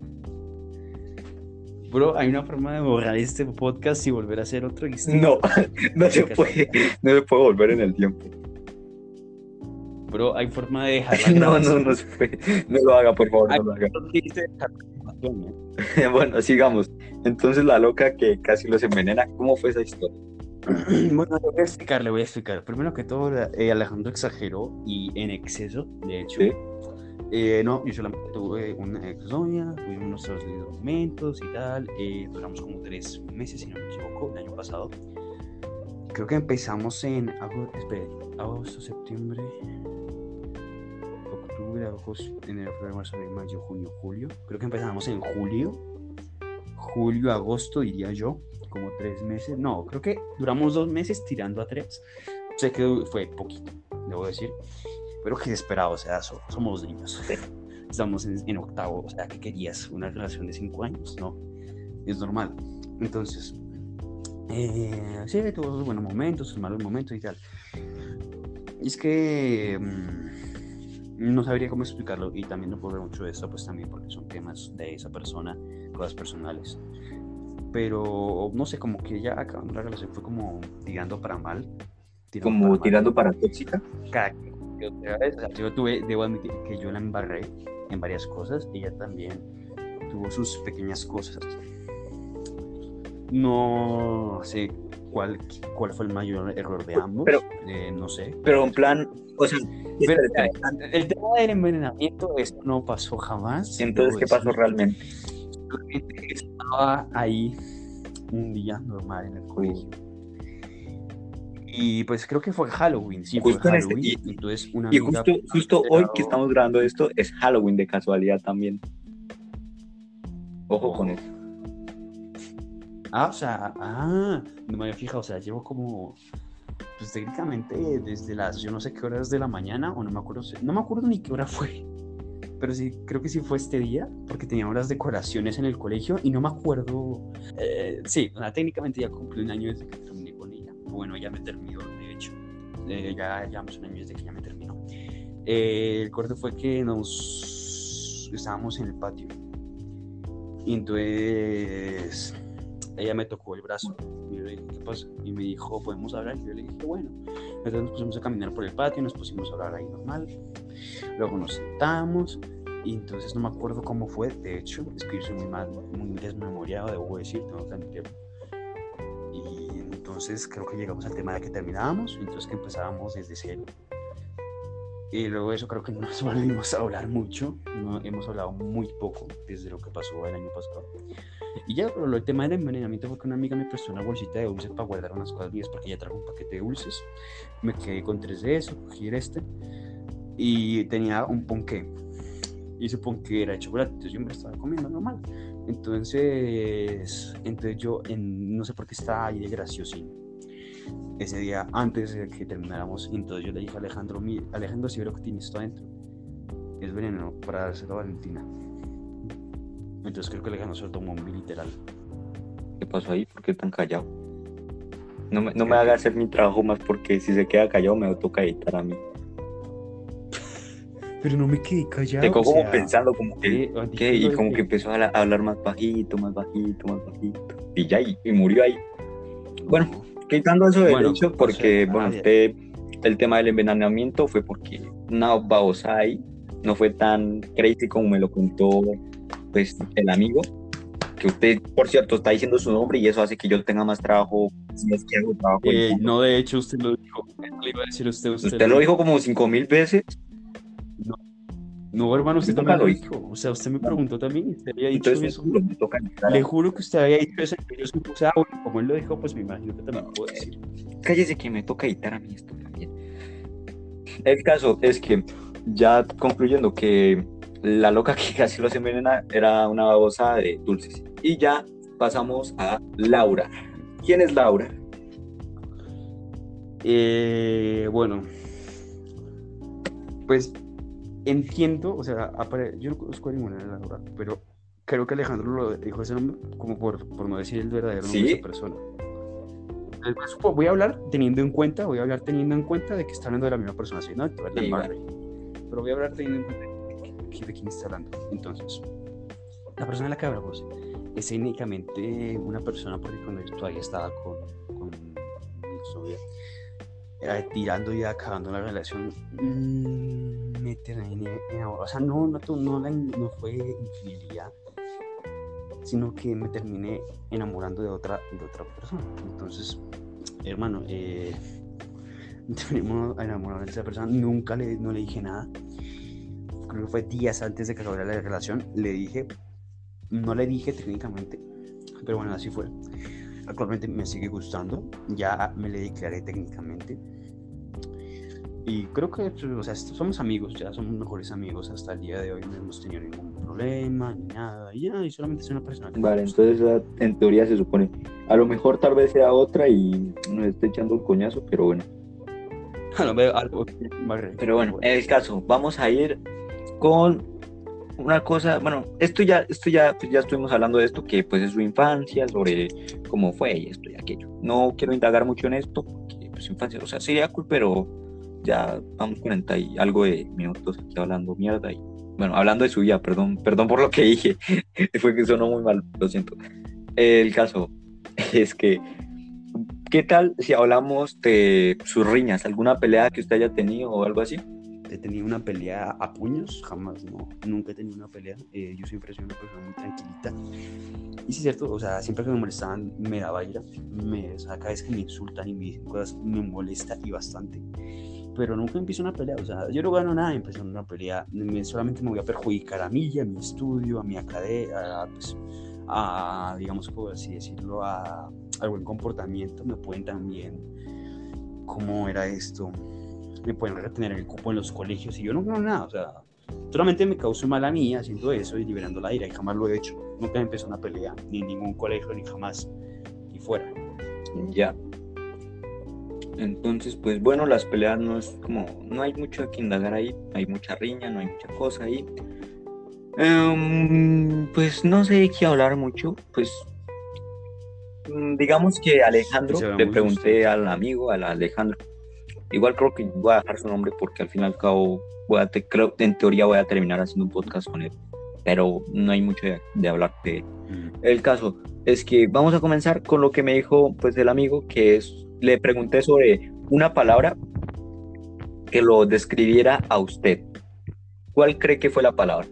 Bro, hay una forma de borrar este podcast y volver a hacer otro distinto. No, no se puede, no se puede volver en el tiempo. Bro, hay forma de dejar la No, no, grabación. no se puede. No lo haga, por favor, Hay no lo haga. forma de dejar la grabación, ¿no? Bueno, sigamos. Entonces la loca que casi los envenena, ¿cómo fue esa historia? Bueno, le voy a explicar, le voy a explicar. Primero que todo, eh, Alejandro exageró y en exceso, de hecho. ¿Sí? Eh, no, yo solamente tuve una exnovia, tuvimos nuestros lindos momentos y tal. Eh, duramos como tres meses, si no me equivoco, el año pasado. Creo que empezamos en agosto, espere, agosto, septiembre, octubre, agosto, enero, febrero, marzo, abril, mayo, junio, julio. Creo que empezamos en julio, julio, agosto, diría yo, como tres meses. No, creo que duramos dos meses tirando a tres. Sé que fue poquito, debo decir. Pero que esperaba, o sea, so, somos niños. Estamos en, en octavo, o sea, ¿qué querías? ¿Una relación de cinco años? No, es normal. Entonces, eh, sí, tuvo sus buenos momentos, sus malos momentos y tal. Y es que mmm, no sabría cómo explicarlo y también no puedo ver mucho de esto, pues también porque son temas de esa persona, cosas personales. Pero no sé, como que ya acabando la relación fue como tirando para mal. Tirando Como para tirando mal. para tóxica. Cada otra vez, o sea, yo tuve, debo admitir que yo la embarré en varias cosas, ella también tuvo sus pequeñas cosas. No sé cuál, cuál fue el mayor error de ambos, pero, eh, no sé. Pero en plan, o sea, pero, el tema del envenenamiento, eso no pasó jamás. Entonces, ¿qué pasó realmente? Estaba ahí un día normal en el colegio. Y pues creo que fue Halloween, sí, justo fue Halloween. Este, y, entonces una y amiga justo, justo hoy que estamos grabando esto es Halloween de casualidad también. Ojo oh. con eso. Ah, o sea, ah, no me había fijado, o sea, llevo como, pues técnicamente desde las, yo no sé qué horas de la mañana, o no me acuerdo, no me acuerdo ni qué hora fue, pero sí, creo que sí fue este día, porque tenía unas decoraciones en el colegio y no me acuerdo, eh, sí, o sea, técnicamente ya cumplí un año desde que terminé con ella, bueno, ya me terminó, de hecho, eh, ya llevamos un año desde que ya me terminó. Eh, el corte fue que nos, estábamos en el patio, y entonces ella me tocó el brazo y yo le dije, ¿qué pasa? Y me dijo, ¿podemos hablar? Y yo le dije, bueno. Entonces nos pusimos a caminar por el patio, nos pusimos a hablar ahí normal. Luego nos sentamos y entonces no me acuerdo cómo fue, de hecho, es que yo soy muy, mal, muy desmemoriado, debo decir, tengo que admitirlo. Y entonces creo que llegamos al tema de que terminábamos, entonces que empezábamos desde cero. Y luego de eso creo que no nos volvimos a hablar mucho, no, hemos hablado muy poco desde lo que pasó el año pasado. Y ya, pero el tema del envenenamiento fue que una amiga me prestó una bolsita de dulces para guardar unas cosas mías porque ella trajo un paquete de dulces. Me quedé con tres de eso, cogí este y tenía un ponqué. Y ese ponqué era de chocolate, entonces yo me lo estaba comiendo normal. Entonces, entonces yo en, no sé por qué estaba ahí de graciosín ese día antes de que termináramos. Entonces yo le dije a Alejandro, Alejandro, si veo lo que tienes esto adentro, es veneno para dárselo a Valentina. Entonces creo que Alejandro se lo tomó muy literal. ¿Qué pasó ahí? ¿Por qué tan callado? No me, no me haga hacer mi trabajo más porque si se queda callado me toca editar a mí. Pero no me quedé callado. Te quedo como o sea, pensando como que, ¿qué? ¿qué? Y como que... que empezó a, la, a hablar más bajito, más bajito, más bajito. Y ya, y, y murió ahí. Bueno, quitando eso del bueno, hecho, porque, o sea, bueno, usted, el tema del envenenamiento fue porque una babosa ahí no fue tan crazy como me lo contó pues el amigo, que usted, por cierto, está diciendo su nombre y eso hace que yo tenga más trabajo si es que hago trabajo. Eh, no, de hecho, usted lo dijo. Le iba a decir usted. Usted, ¿Usted lo dijo como cinco mil veces? No, no hermano, usted también lo dijo. dijo. O sea, usted me preguntó también y usted había dicho Entonces, eso. Me toca Le juro que usted había dicho eso. Yo supuse, ah, bueno, como él lo dijo, pues me imagino que también no, puedo decir. Cállese que me toca editar a mí esto también. El caso es que, ya concluyendo que la loca que casi los envenena era una babosa de dulces. Y ya pasamos a Laura. ¿Quién es Laura? Eh, bueno, pues entiendo, o sea, apare- yo no conozco a ninguna de las verdad, pero creo que Alejandro lo dijo ese nombre como por, por no decir el verdadero nombre de ¿Sí? esa persona. Entonces, pues, voy a hablar teniendo en cuenta, voy a hablar teniendo en cuenta de que está hablando de la misma persona, ¿sí? No, de verdad, Sí, Barry. Pero voy a hablar teniendo en cuenta de, de, de quién está hablando. Entonces, la persona de la que hablamos es técnicamente una persona, porque cuando yo todavía estaba con, con mi novia, eh, tirando y acabando la relación, mmm, me terminé enamorado. O sea, no, no, no, no, no fue infidelidad, sino que me terminé enamorando de otra, de otra persona. Entonces, hermano, eh, me terminé enamorando de esa persona. Nunca le, no le dije nada. Creo que fue días antes de que acabara la relación. Le dije, no le dije técnicamente, pero bueno, así fue. Actualmente me sigue gustando. Ya me le declaré técnicamente. Y creo que, o sea, somos amigos, ya somos mejores amigos. Hasta el día de hoy no hemos tenido ningún problema ni nada. Y ya, y solamente es una persona que vale, entonces en teoría se supone, a lo mejor tal vez sea otra y nos esté echando un coñazo, pero bueno. A lo mejor algo. Pero bueno, en el caso, vamos a ir con una cosa, bueno, esto ya, esto ya, pues ya estuvimos hablando de esto, que pues es su infancia, sobre cómo fue y esto y aquello. No quiero indagar mucho en esto, porque pues su infancia, o sea, sería cool, pero ya vamos cuarenta y algo de minutos aquí hablando mierda y, bueno, hablando de su vida, perdón, perdón por lo que dije, fue que sonó muy mal, lo siento. El caso es que, ¿qué tal si hablamos de sus riñas? ¿Alguna pelea que usted haya tenido o algo así? He tenido una pelea a puños, jamás, no, nunca he tenido una pelea. Eh, yo siempre soy una persona muy tranquilita. Y sí es cierto, o sea, siempre que me molestaban me daba ira. Me, o sea, cada vez que me insultan y me dicen cosas me molesta y bastante. Pero nunca empiezo una pelea, o sea, yo no gano nada empezando una pelea. Me, solamente me voy a perjudicar a mí y a mi estudio, a mi academia, a, pues, a, digamos, por así decirlo, a, al buen comportamiento. Me pueden también, ¿cómo era esto? Me pueden retener el cupo en los colegios y yo no gano nada, o sea, solamente me causo mal a mí haciendo eso y liberando la ira, y jamás lo he hecho. Nunca empezó una pelea, ni en ningún colegio, ni jamás, ni fuera. Ya. Entonces, pues bueno, las peleas no es como, no hay mucho que indagar ahí, hay mucha riña, no hay mucha cosa ahí. Um, pues no sé de qué hablar mucho, pues digamos que Alejandro, le pregunté al amigo, al Alejandro. Igual creo que voy a dejar su nombre porque al fin y al cabo voy a te, creo, en teoría voy a terminar haciendo un podcast con él, pero no hay mucho de, de hablar de él. Mm. El caso es que vamos a comenzar con lo que me dijo pues el amigo, que es, le pregunté sobre una palabra que lo describiera a usted. ¿Cuál cree que fue la palabra?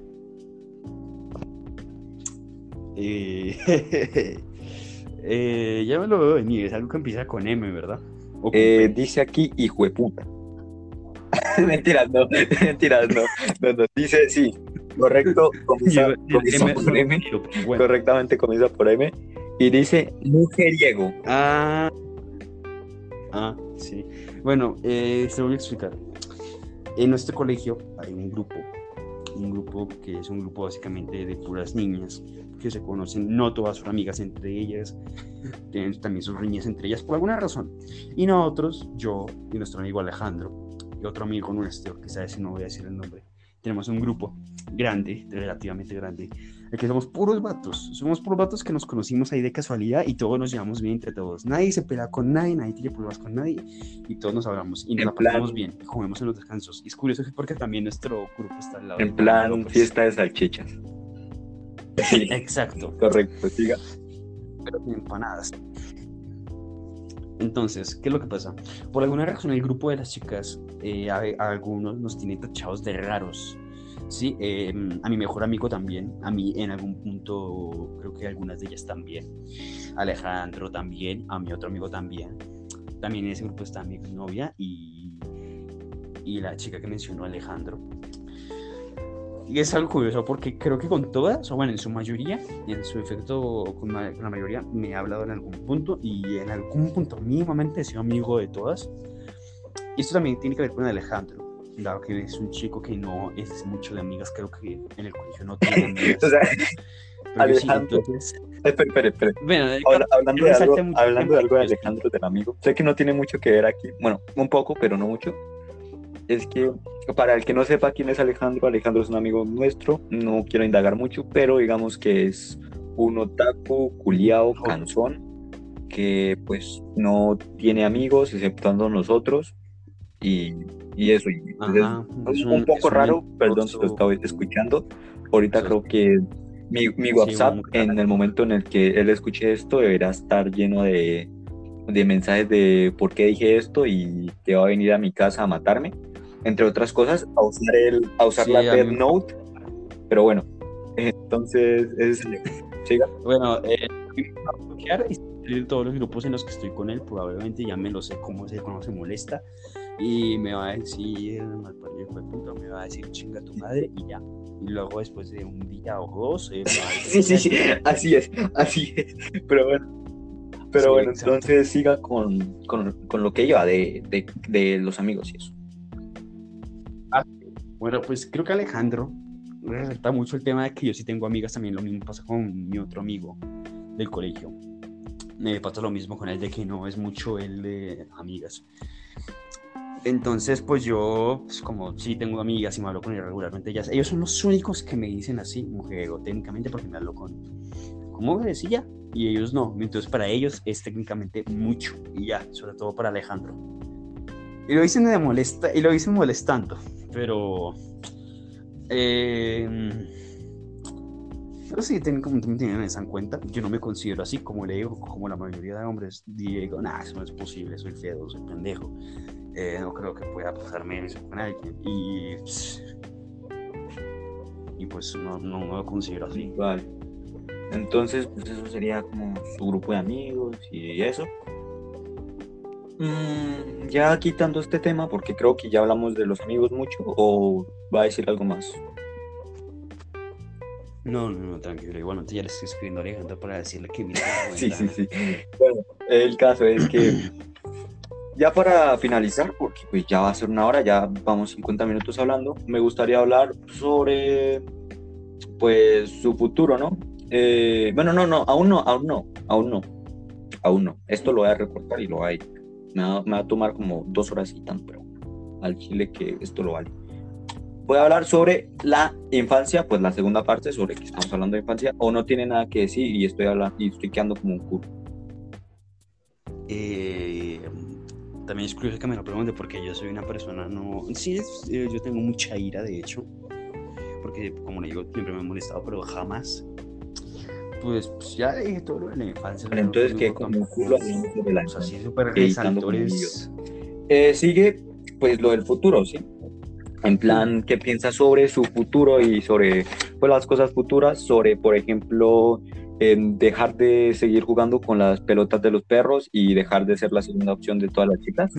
Eh, eh, ya me lo veo venir, es algo que empieza con M, ¿verdad? Eh, dice aquí hijo de puta. Mentiras, no, mentiras, no, no, no. Dice sí, correcto, comienza, yo, comienza M, por M, bueno. Correctamente comienza por M y dice mujeriego. Ah, ah, sí. Bueno, eh, se lo voy a explicar. En nuestro colegio hay un grupo, un grupo que es un grupo básicamente de puras niñas que se conocen, no todas son amigas entre ellas, tienen también sus riñas entre ellas por alguna razón. Y nosotros, yo y nuestro amigo Alejandro y otro amigo nuestro, que sabes si no voy a decir el nombre, tenemos un grupo grande, relativamente grande, el que somos puros vatos, somos puros vatos que nos conocimos ahí de casualidad y todos nos llevamos bien entre todos. Nadie se pelea con nadie, nadie tiene problemas con nadie y todos nos hablamos y nos la pasamos bien y comemos en los descansos. Y es curioso porque también nuestro grupo está al lado. En plan, pues, fiesta de salchichas. Sí, exacto. Correcto, siga. Pero sin empanadas. Entonces, ¿qué es lo que pasa? Por alguna razón el grupo de las chicas, eh, a, a algunos nos tiene tachados de raros. Sí, eh, a mi mejor amigo también, a mí en algún punto, creo que algunas de ellas también, Alejandro también, a mi otro amigo también, también en ese grupo está mi novia y, y la chica que mencionó Alejandro. Y es algo curioso porque creo que con todas, o bueno, en su mayoría, en su efecto, con la, con la mayoría, me ha hablado en algún punto y en algún punto mínimamente he sido amigo de todas. Y esto también tiene que ver con Alejandro, dado que es un chico que no es mucho de amigas, creo que en el colegio no tiene amigas. O sea, Alejandro, sí, entonces... espera, espera, espera. Bueno, Habla, hablando, de algo, hablando de algo de Alejandro, del amigo, sé que no tiene mucho que ver aquí, bueno, un poco, pero no mucho. es que para el que no sepa quién es Alejandro, Alejandro es un amigo nuestro, no quiero indagar mucho, pero digamos que es un otaku culiao cansón que pues no tiene amigos exceptuando nosotros y, y eso, y pues, Ajá, es es un, un, un poco es un raro, perdón si lo mentiroso. estaba escuchando, ahorita Eso es- creo que mi, mi sí, WhatsApp un en el momento en el que él escuche esto deberá estar lleno de, de mensajes de por qué dije esto y que va a venir a mi casa a matarme, entre otras cosas, a usar, el, a usar la Sí, a mí Death me... Note, pero bueno, entonces es, siga. Bueno, eh, me va a bloquear y salir de todos los grupos en los que estoy con él, probablemente ya me lo sé cómo se, cómo se molesta y me va a decir, mal parido hijo de puta, me va a decir chinga tu madre y ya. Y luego después de un día o dos, él me va a Sí, sí, sí, decir, así es, así es, pero bueno. Pero sí, bueno, exacto. entonces siga con, con, con lo que iba de, de, de los amigos y eso. Ah, bueno, pues creo que Alejandro resalta mucho el tema de que yo sí tengo amigas, también lo mismo pasa con mi otro amigo del colegio. Me pasa lo mismo con él de que no es mucho él de amigas. Entonces, pues yo, pues como sí tengo amigas y me hablo con ellas regularmente, ellas, ellos son los únicos que me dicen así, mujerego, técnicamente, porque me hablo con, con mujeres y ya, y ellos no. Entonces, para ellos es técnicamente mucho y ya, sobre todo para Alejandro. Y lo dicen de molesta, y lo dicen molestando, pero eh, pero sí, tienen, como tienen eso en cuenta. Yo no me considero así, como le digo, como la mayoría de hombres. Digo, nah, eso no es posible, soy feo, soy pendejo. Eh, no creo que pueda pasarme eso con alguien. Y, y pues no, no, no lo considero así. Vale. Entonces, pues eso sería como su grupo de amigos y eso. Mm, ya quitando este tema, porque creo que ya hablamos de los amigos mucho, o va a decir algo más. No, no, no, tranquilo. Igualmente ya le estoy escribiendo a Alejandro para decirle que mira la Sí, sí, ventana. sí. Bueno, el caso es que ya para finalizar, porque pues ya va a ser una hora, ya vamos cincuenta minutos hablando, me gustaría hablar sobre pues su futuro, ¿no? Eh, bueno, no, no, aún no, aún no, aún no, aún no. Esto lo voy a recortar y lo voy a, me va, me va a tomar como dos horas y tanto, pero al chile que esto lo vale. Voy a hablar sobre la infancia, pues la segunda parte, sobre que estamos hablando de infancia, o no tiene nada que decir y estoy hablando y estoy quedando como un culo. Eh, también es curioso que me lo pregunte porque yo soy una persona no... Sí, es, eh, yo tengo mucha ira, de hecho, porque como le digo, siempre me he molestado, pero jamás... Pues, pues ya le dije todo lo de la infancia. Vale, No lo entonces que tengo como un tampoco... culo hablando sobre la O sea, infancia, sí, súper editando como un idiota. resaltores. Eh, sigue pues lo del futuro, ¿sí? En plan, ¿qué piensas sobre su futuro y sobre pues, las cosas futuras? Sobre, por ejemplo, en dejar de seguir jugando con las pelotas de los perros y dejar de ser la segunda opción de todas las chicas.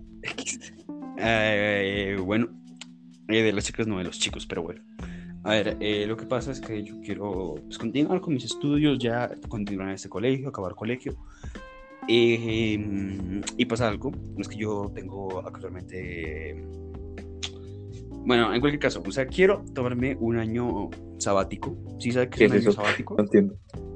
Eh, bueno, eh, de las chicas no de los chicos, pero bueno. A ver, eh, lo que pasa es que yo quiero pues, continuar con mis estudios, ya continuar en este colegio, acabar colegio. Eh, y pasa algo, es que yo tengo actualmente... Bueno, en cualquier caso, o sea, quiero tomarme un año sabático. ¿Sí sabe qué ¿Qué es es un año eso? sabático? No entiendo.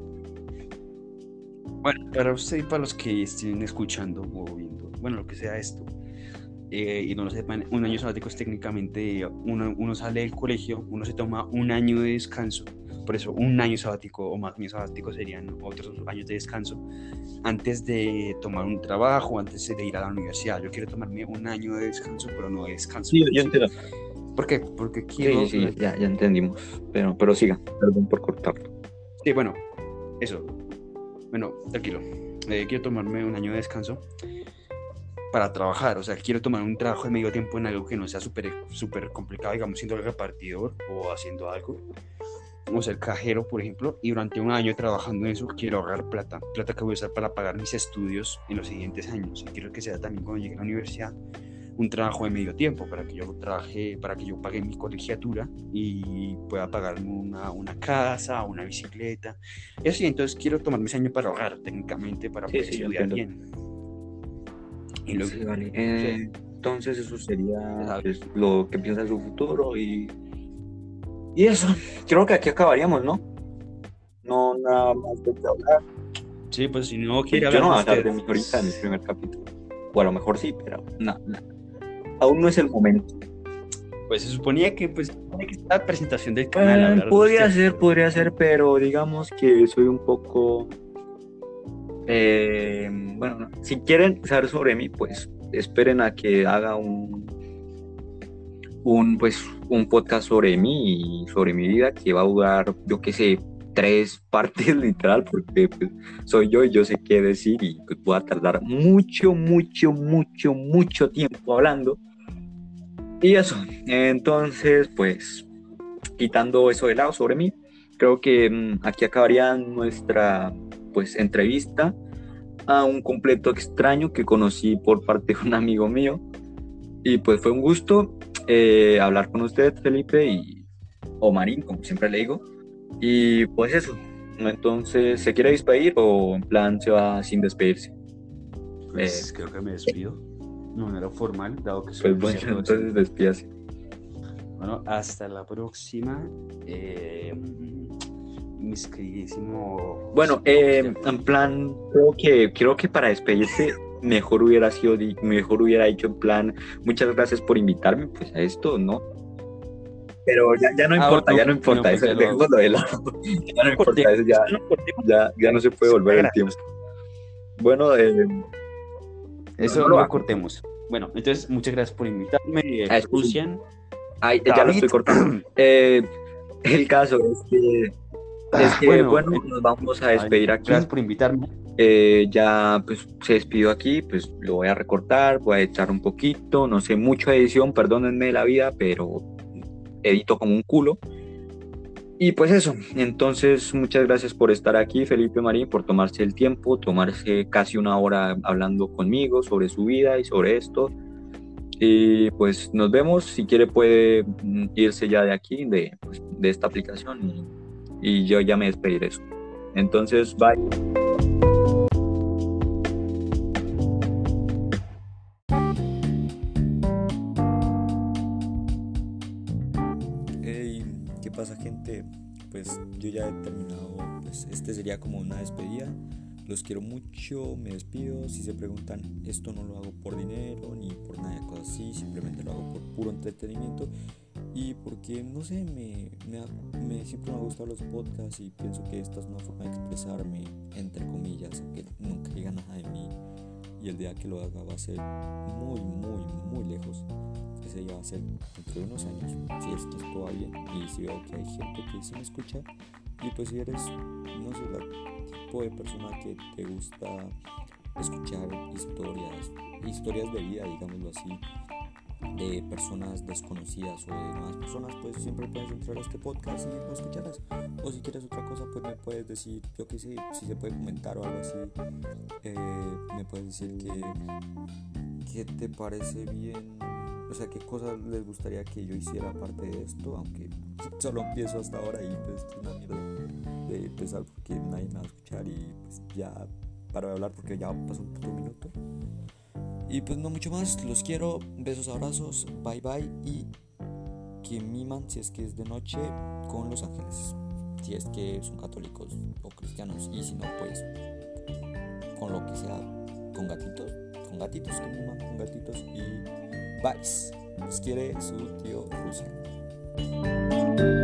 Bueno, para usted y para los que estén escuchando o viendo, bueno, lo que sea esto, eh, y no lo sepan, un año sabático es técnicamente, uno, uno sale del colegio, uno se toma un año de descanso, por eso un año sabático o más años sabáticos serían otros años de descanso, antes de tomar un trabajo, antes de ir a la universidad. Yo quiero tomarme un año de descanso, pero no de descanso. Sí, yo entiendo. ¿Por qué? Porque quiero... Sí, sí, ya, ya entendimos. Pero, pero siga, perdón por cortarlo. Sí, bueno, eso. Bueno, tranquilo. Eh, quiero tomarme un año de descanso para trabajar. O sea, quiero tomar un trabajo de medio tiempo en algo que no sea súper súper complicado, digamos, siendo el repartidor o haciendo algo. O ser cajero, por ejemplo. Y durante un año trabajando en eso, quiero ahorrar plata. Plata que voy a usar para pagar mis estudios en los siguientes años. Y quiero que sea también cuando llegue a la universidad un trabajo de medio tiempo para que yo trabaje, para que yo pague mi colegiatura y pueda pagarme una, una casa, una bicicleta. Eso sí, entonces quiero tomarme ese año para ahorrar, técnicamente, para Sí, poder sí, yo estudiar entiendo. bien. Y lo, Sí, vale. sí. Eh, entonces eso sería Ajá. pues, lo que piensa en su futuro y, y eso. Creo que aquí acabaríamos, ¿no? No, nada más de qué hablar. Sí, pues si no Pues quiere yo hablar no de voy a hablar usted. de mí ahorita en el primer capítulo. O a lo mejor sí, pero no, no. aún no es el momento. Pues se suponía que, pues, se supone que esta presentación del canal. Eh, hablar de podría usted. ser, podría ser, pero digamos que soy un poco... eh, bueno, no. Si quieren saber sobre mí, pues esperen a que haga un, un, pues, un podcast sobre mí y sobre mi vida que va a durar, yo qué sé, tres partes literal, porque pues, soy yo y yo sé qué decir y pues, voy a tardar mucho, mucho, mucho, mucho tiempo hablando. Y eso, entonces, pues, quitando eso de lado sobre mí, creo que mm, aquí acabaría nuestra, pues, entrevista a un completo extraño que conocí por parte de un amigo mío. Y pues fue un gusto eh, hablar con usted, Felipe, y, o Marín, como siempre le digo. Y pues eso, entonces, ¿se quiere despedir o en plan se va sin despedirse? Pues Eh, creo que me despido de manera formal, dado que soy pues bueno, cierto entonces despídase. Bueno, hasta la próxima. Eh, mis queridísimos. Bueno, eh, en plan, creo que, creo que para despedirse mejor hubiera sido, di- mejor hubiera dicho en plan, muchas gracias por invitarme pues a esto, ¿no? Pero ya, ya no Ah, importa, bueno, ya no bueno, importa, pues eso, ya lo hago. dejémoslo de lado, ya no importa, eso ya, Cortemos, no cortemos. ya, ya no se puede volver el tiempo. Bueno, eh, no, no Eso lo no lo hago. cortemos. Bueno, entonces muchas gracias por invitarme, eh, Ah, es que sí. Lucian. Ay, ya lo David. estoy cortando. Eh, el caso es que, es Ah, que, bueno, bueno, nos vamos a David, despedir aquí. gracias por invitarme. Eh, ya pues se despidió aquí, pues lo voy a recortar, voy a editar un poquito, no sé mucho de edición, perdónenme la vida, pero edito como un culo. Y pues eso, entonces muchas gracias por estar aquí, Felipe Marín, por tomarse el tiempo, tomarse casi una hora hablando conmigo sobre su vida y sobre esto. Y pues nos vemos, si quiere puede mm, irse ya de aquí, de, pues, de esta aplicación y, y yo ya me despediré eso. Entonces, bye. Hey, ¿qué pasa, gente? Pues yo ya he terminado, pues este sería como una despedida. Los quiero mucho, me despido. Si se preguntan, esto no lo hago por dinero ni por nada de cosas así, simplemente lo hago por puro entretenimiento y porque, no sé, me, me, me siempre me han gustado los podcasts y pienso que esta es una forma de expresarme, entre comillas, aunque nunca diga nada de mí y el día que lo haga va a ser muy, muy, muy lejos. Ese día va a ser dentro de unos años, si es que esto va bien y si veo que hay gente que sí me escucha. Y pues si eres, no sé, el tipo de persona que te gusta escuchar historias, historias de vida, digámoslo así, de personas desconocidas o de nuevas personas, pues siempre puedes entrar a este podcast y lo escucharás. O si quieres otra cosa, pues me puedes decir, yo qué sé, si se puede comentar o algo así, eh, me puedes decir que, que te parece bien, o sea, qué cosas les gustaría que yo hiciera aparte de esto, aunque solo empiezo hasta ahora y pues esto es una mierda de empezar porque nadie me va a escuchar y pues ya paro de hablar porque ya pasó un puto minuto. Y pues no mucho más, los quiero, besos, abrazos, bye bye y que miman si es que es de noche con los ángeles, si es que son católicos o cristianos, y si no pues con lo que sea, con gatitos, con gatitos que miman, con gatitos y bye. Los quiere su tío Rusia.